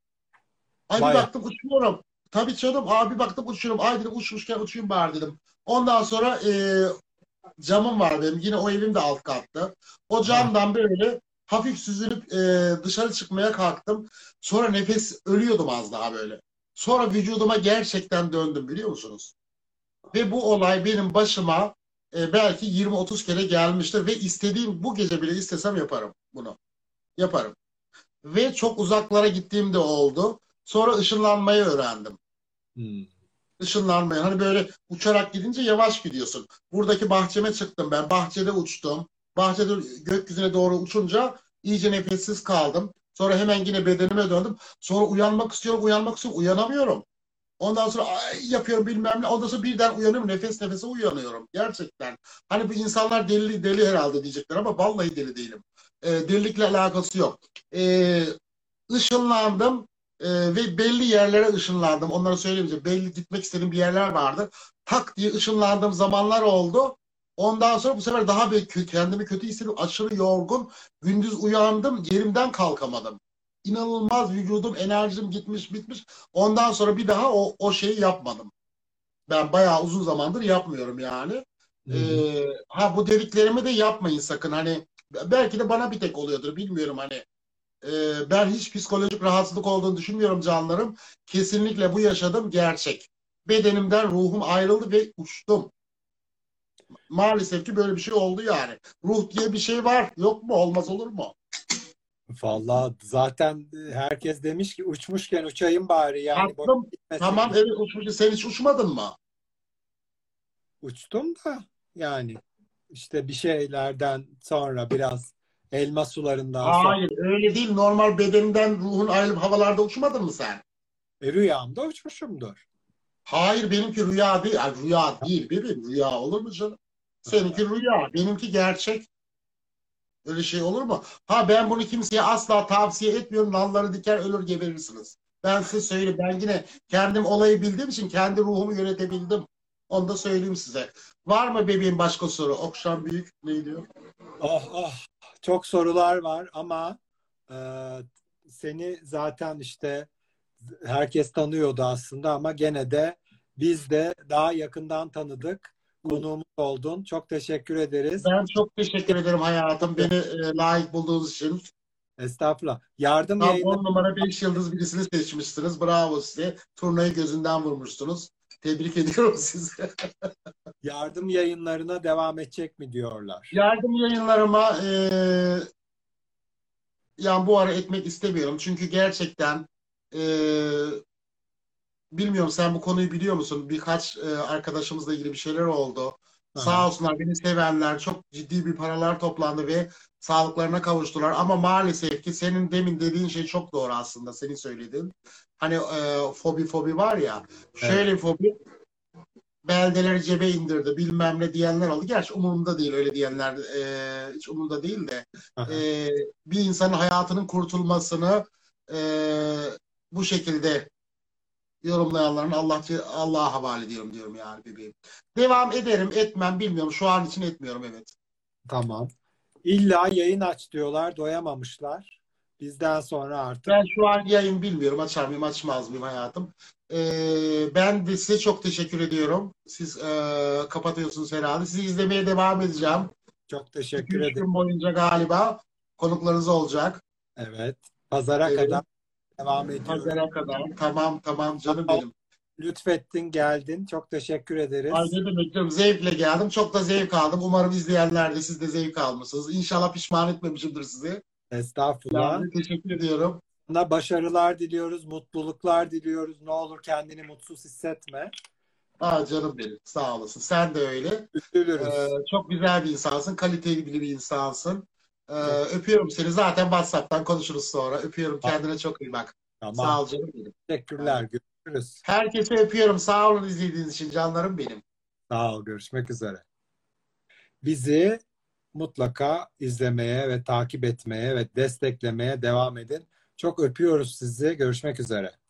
Ay bir Bayağı. baktım uçuyorum. Tabii canım. Abi baktım uçuyorum. Ay dedim uçmuşken uçayım bari dedim. Ondan sonra e, camım var benim. Yine o evim de alt katta. O Ha, camdan böyle hafif süzülüp e, dışarı çıkmaya kalktım. Sonra nefes ölüyordum az daha böyle. Sonra vücuduma gerçekten döndüm biliyor musunuz? Ve bu olay benim başıma e, belki yirmi otuz kere gelmiştir ve istediğim bu gece bile istesem yaparım bunu. Yaparım. Ve çok uzaklara gittiğim de oldu. Sonra ışınlanmayı öğrendim. hmm, Işınlanmayı. Hani böyle uçarak gidince yavaş gidiyorsun. Buradaki bahçeme çıktım ben. Bahçede uçtum. Bahçede gökyüzüne doğru uçunca iyice nefessiz kaldım. Sonra hemen yine bedenime döndüm. Sonra uyanmak istiyorum, uyanmak istiyorum. Uyanamıyorum. Ondan sonra ay yapıyorum bilmem ne. Ondan sonra birden uyanıyorum. Nefes nefese uyanıyorum. Gerçekten. Hani bu insanlar deli deli herhalde diyecekler ama vallahi deli değilim. E, delilikle alakası yok. E, ışınlandım e, ve belli yerlere ışınlandım. Onları söyleyemeyeceğim. Belli gitmek istediğim bir yerler vardı. Tak diye ışınlandığım zamanlar oldu. Ondan sonra bu sefer daha bir kö- kendimi kötü hissediyorum. Aşırı yorgun. Gündüz uyandım. Yerimden kalkamadım. İnanılmaz vücudum, enerjim gitmiş bitmiş. Ondan sonra bir daha o, o şeyi yapmadım. Ben bayağı uzun zamandır yapmıyorum yani. hı hı. Ee, ha bu dediklerimi de yapmayın sakın. Hani belki de bana bir tek oluyordur bilmiyorum hani. Ee, ben hiç psikolojik rahatsızlık olduğunu düşünmüyorum canlarım. Kesinlikle bu yaşadığım gerçek. Bedenimden ruhum ayrıldı ve uçtum. Maalesef ki böyle bir şey oldu yani. Ruh diye bir şey var. Yok mu? Olmaz olur mu? Vallahi zaten herkes demiş ki uçmuşken uçayım bari, yani boş Tatlım. gitmesin Tamam diye. evet uçmuş. Sen hiç uçmadın mı? Uçtum da yani işte bir şeylerden sonra, biraz elma sularından sonra Hayır öyle değil. Normal bedeninden ruhun ayrılıp havalarda uçmadın mı sen? e, rüyamda uçmuşumdur. Hayır benimki rüya değil. Ay, rüya değil bebeğim. Rüya olur mu canım? Ha, Seninki rüya. Benimki gerçek. Öyle şey olur mu? Ha ben bunu kimseye asla tavsiye etmiyorum. Nalları diker ölür geberirsiniz. Ben size söyleyeyim. Ben yine kendim olayı bildiğim için kendi ruhumu yönetebildim. Onu da söyleyeyim size. Var mı bebeğim başka soru? Okşan Büyük ne diyor? Oh oh, çok sorular var ama e, seni zaten işte herkes tanıyordu aslında ama gene de biz de daha yakından tanıdık. Konuğumuz oldun. Çok teşekkür ederiz. Ben çok teşekkür ederim hayatım. Beni e, layık bulduğunuz için. Estağfurullah. Yardım Tam yayınları on numara beş yıldız birisini seçmişsiniz. Bravo size. Turnayı gözünden vurmuşsunuz. Tebrik ediyorum sizi. yardım yayınlarına devam edecek mi diyorlar. Yardım yayınlarıma e, yani bu ara etmek istemiyorum. Çünkü gerçekten e, bilmiyorum sen bu konuyu biliyor musun? Birkaç e, arkadaşımızla ilgili bir şeyler oldu. Sağ Aha, olsunlar beni sevenler çok ciddi bir paralar toplandı ve sağlıklarına kavuştular. Ama maalesef ki senin demin dediğin şey çok doğru aslında senin söylediğin. Hani e, fobi fobi var ya evet. şöyle bir fobi beldeleri cebe indirdi bilmem ne diyenler oldu. Gerçi umurumda değil öyle diyenler e, hiç umurumda değil de e, Aha, bir insanın hayatının kurtulmasını e, bu şekilde yorumlayanların Allah Allah'a havale ediyorum diyorum yani bebeğim. Devam ederim etmem bilmiyorum. Şu an için etmiyorum evet. tamam. İlla yayın aç diyorlar. Doyamamışlar. Bizden sonra artık Ben şu an yayın bilmiyorum. Açar mıyım açmaz mıyım hayatım. Ee, ben de size çok teşekkür ediyorum. Siz e, kapatıyorsunuz herhalde. Sizi izlemeye devam edeceğim. çok iki teşekkür üç ederim. gün boyunca galiba konuklarınız olacak. Evet. Pazara kadar Evet. devam ediyoruz. Pazara kadar. Tamam tamam canım Sağ ol, benim. lütfettin, geldin. Çok teşekkür Ay ederiz. ne demek canım. Zevkle geldim. Çok da zevk aldım. Umarım izleyenler de siz de zevk almışsınız. İnşallah pişman etmemişimdir sizi. Estağfurullah. Yani teşekkür ediyorum. Sana başarılar diliyoruz, mutluluklar diliyoruz. Ne olur kendini mutsuz hissetme. Aa, canım benim. Sağ olasın. Sen de öyle. Ee, Üzülürüz. çok güzel bir insansın. Kaliteli bir insansın. Ee, Çok öpüyorum seni. Zaten WhatsApp'tan konuşuruz sonra. Öpüyorum. Kendine çok iyi bak. tamam. Sağ ol canım benim. Teşekkürler. Hadi. Görüşürüz. Herkese öpüyorum. Sağ olun izlediğiniz için canlarım benim. Sağ ol. Görüşmek üzere. Bizi mutlaka izlemeye ve takip etmeye ve desteklemeye devam edin. Çok öpüyoruz sizi. Görüşmek üzere.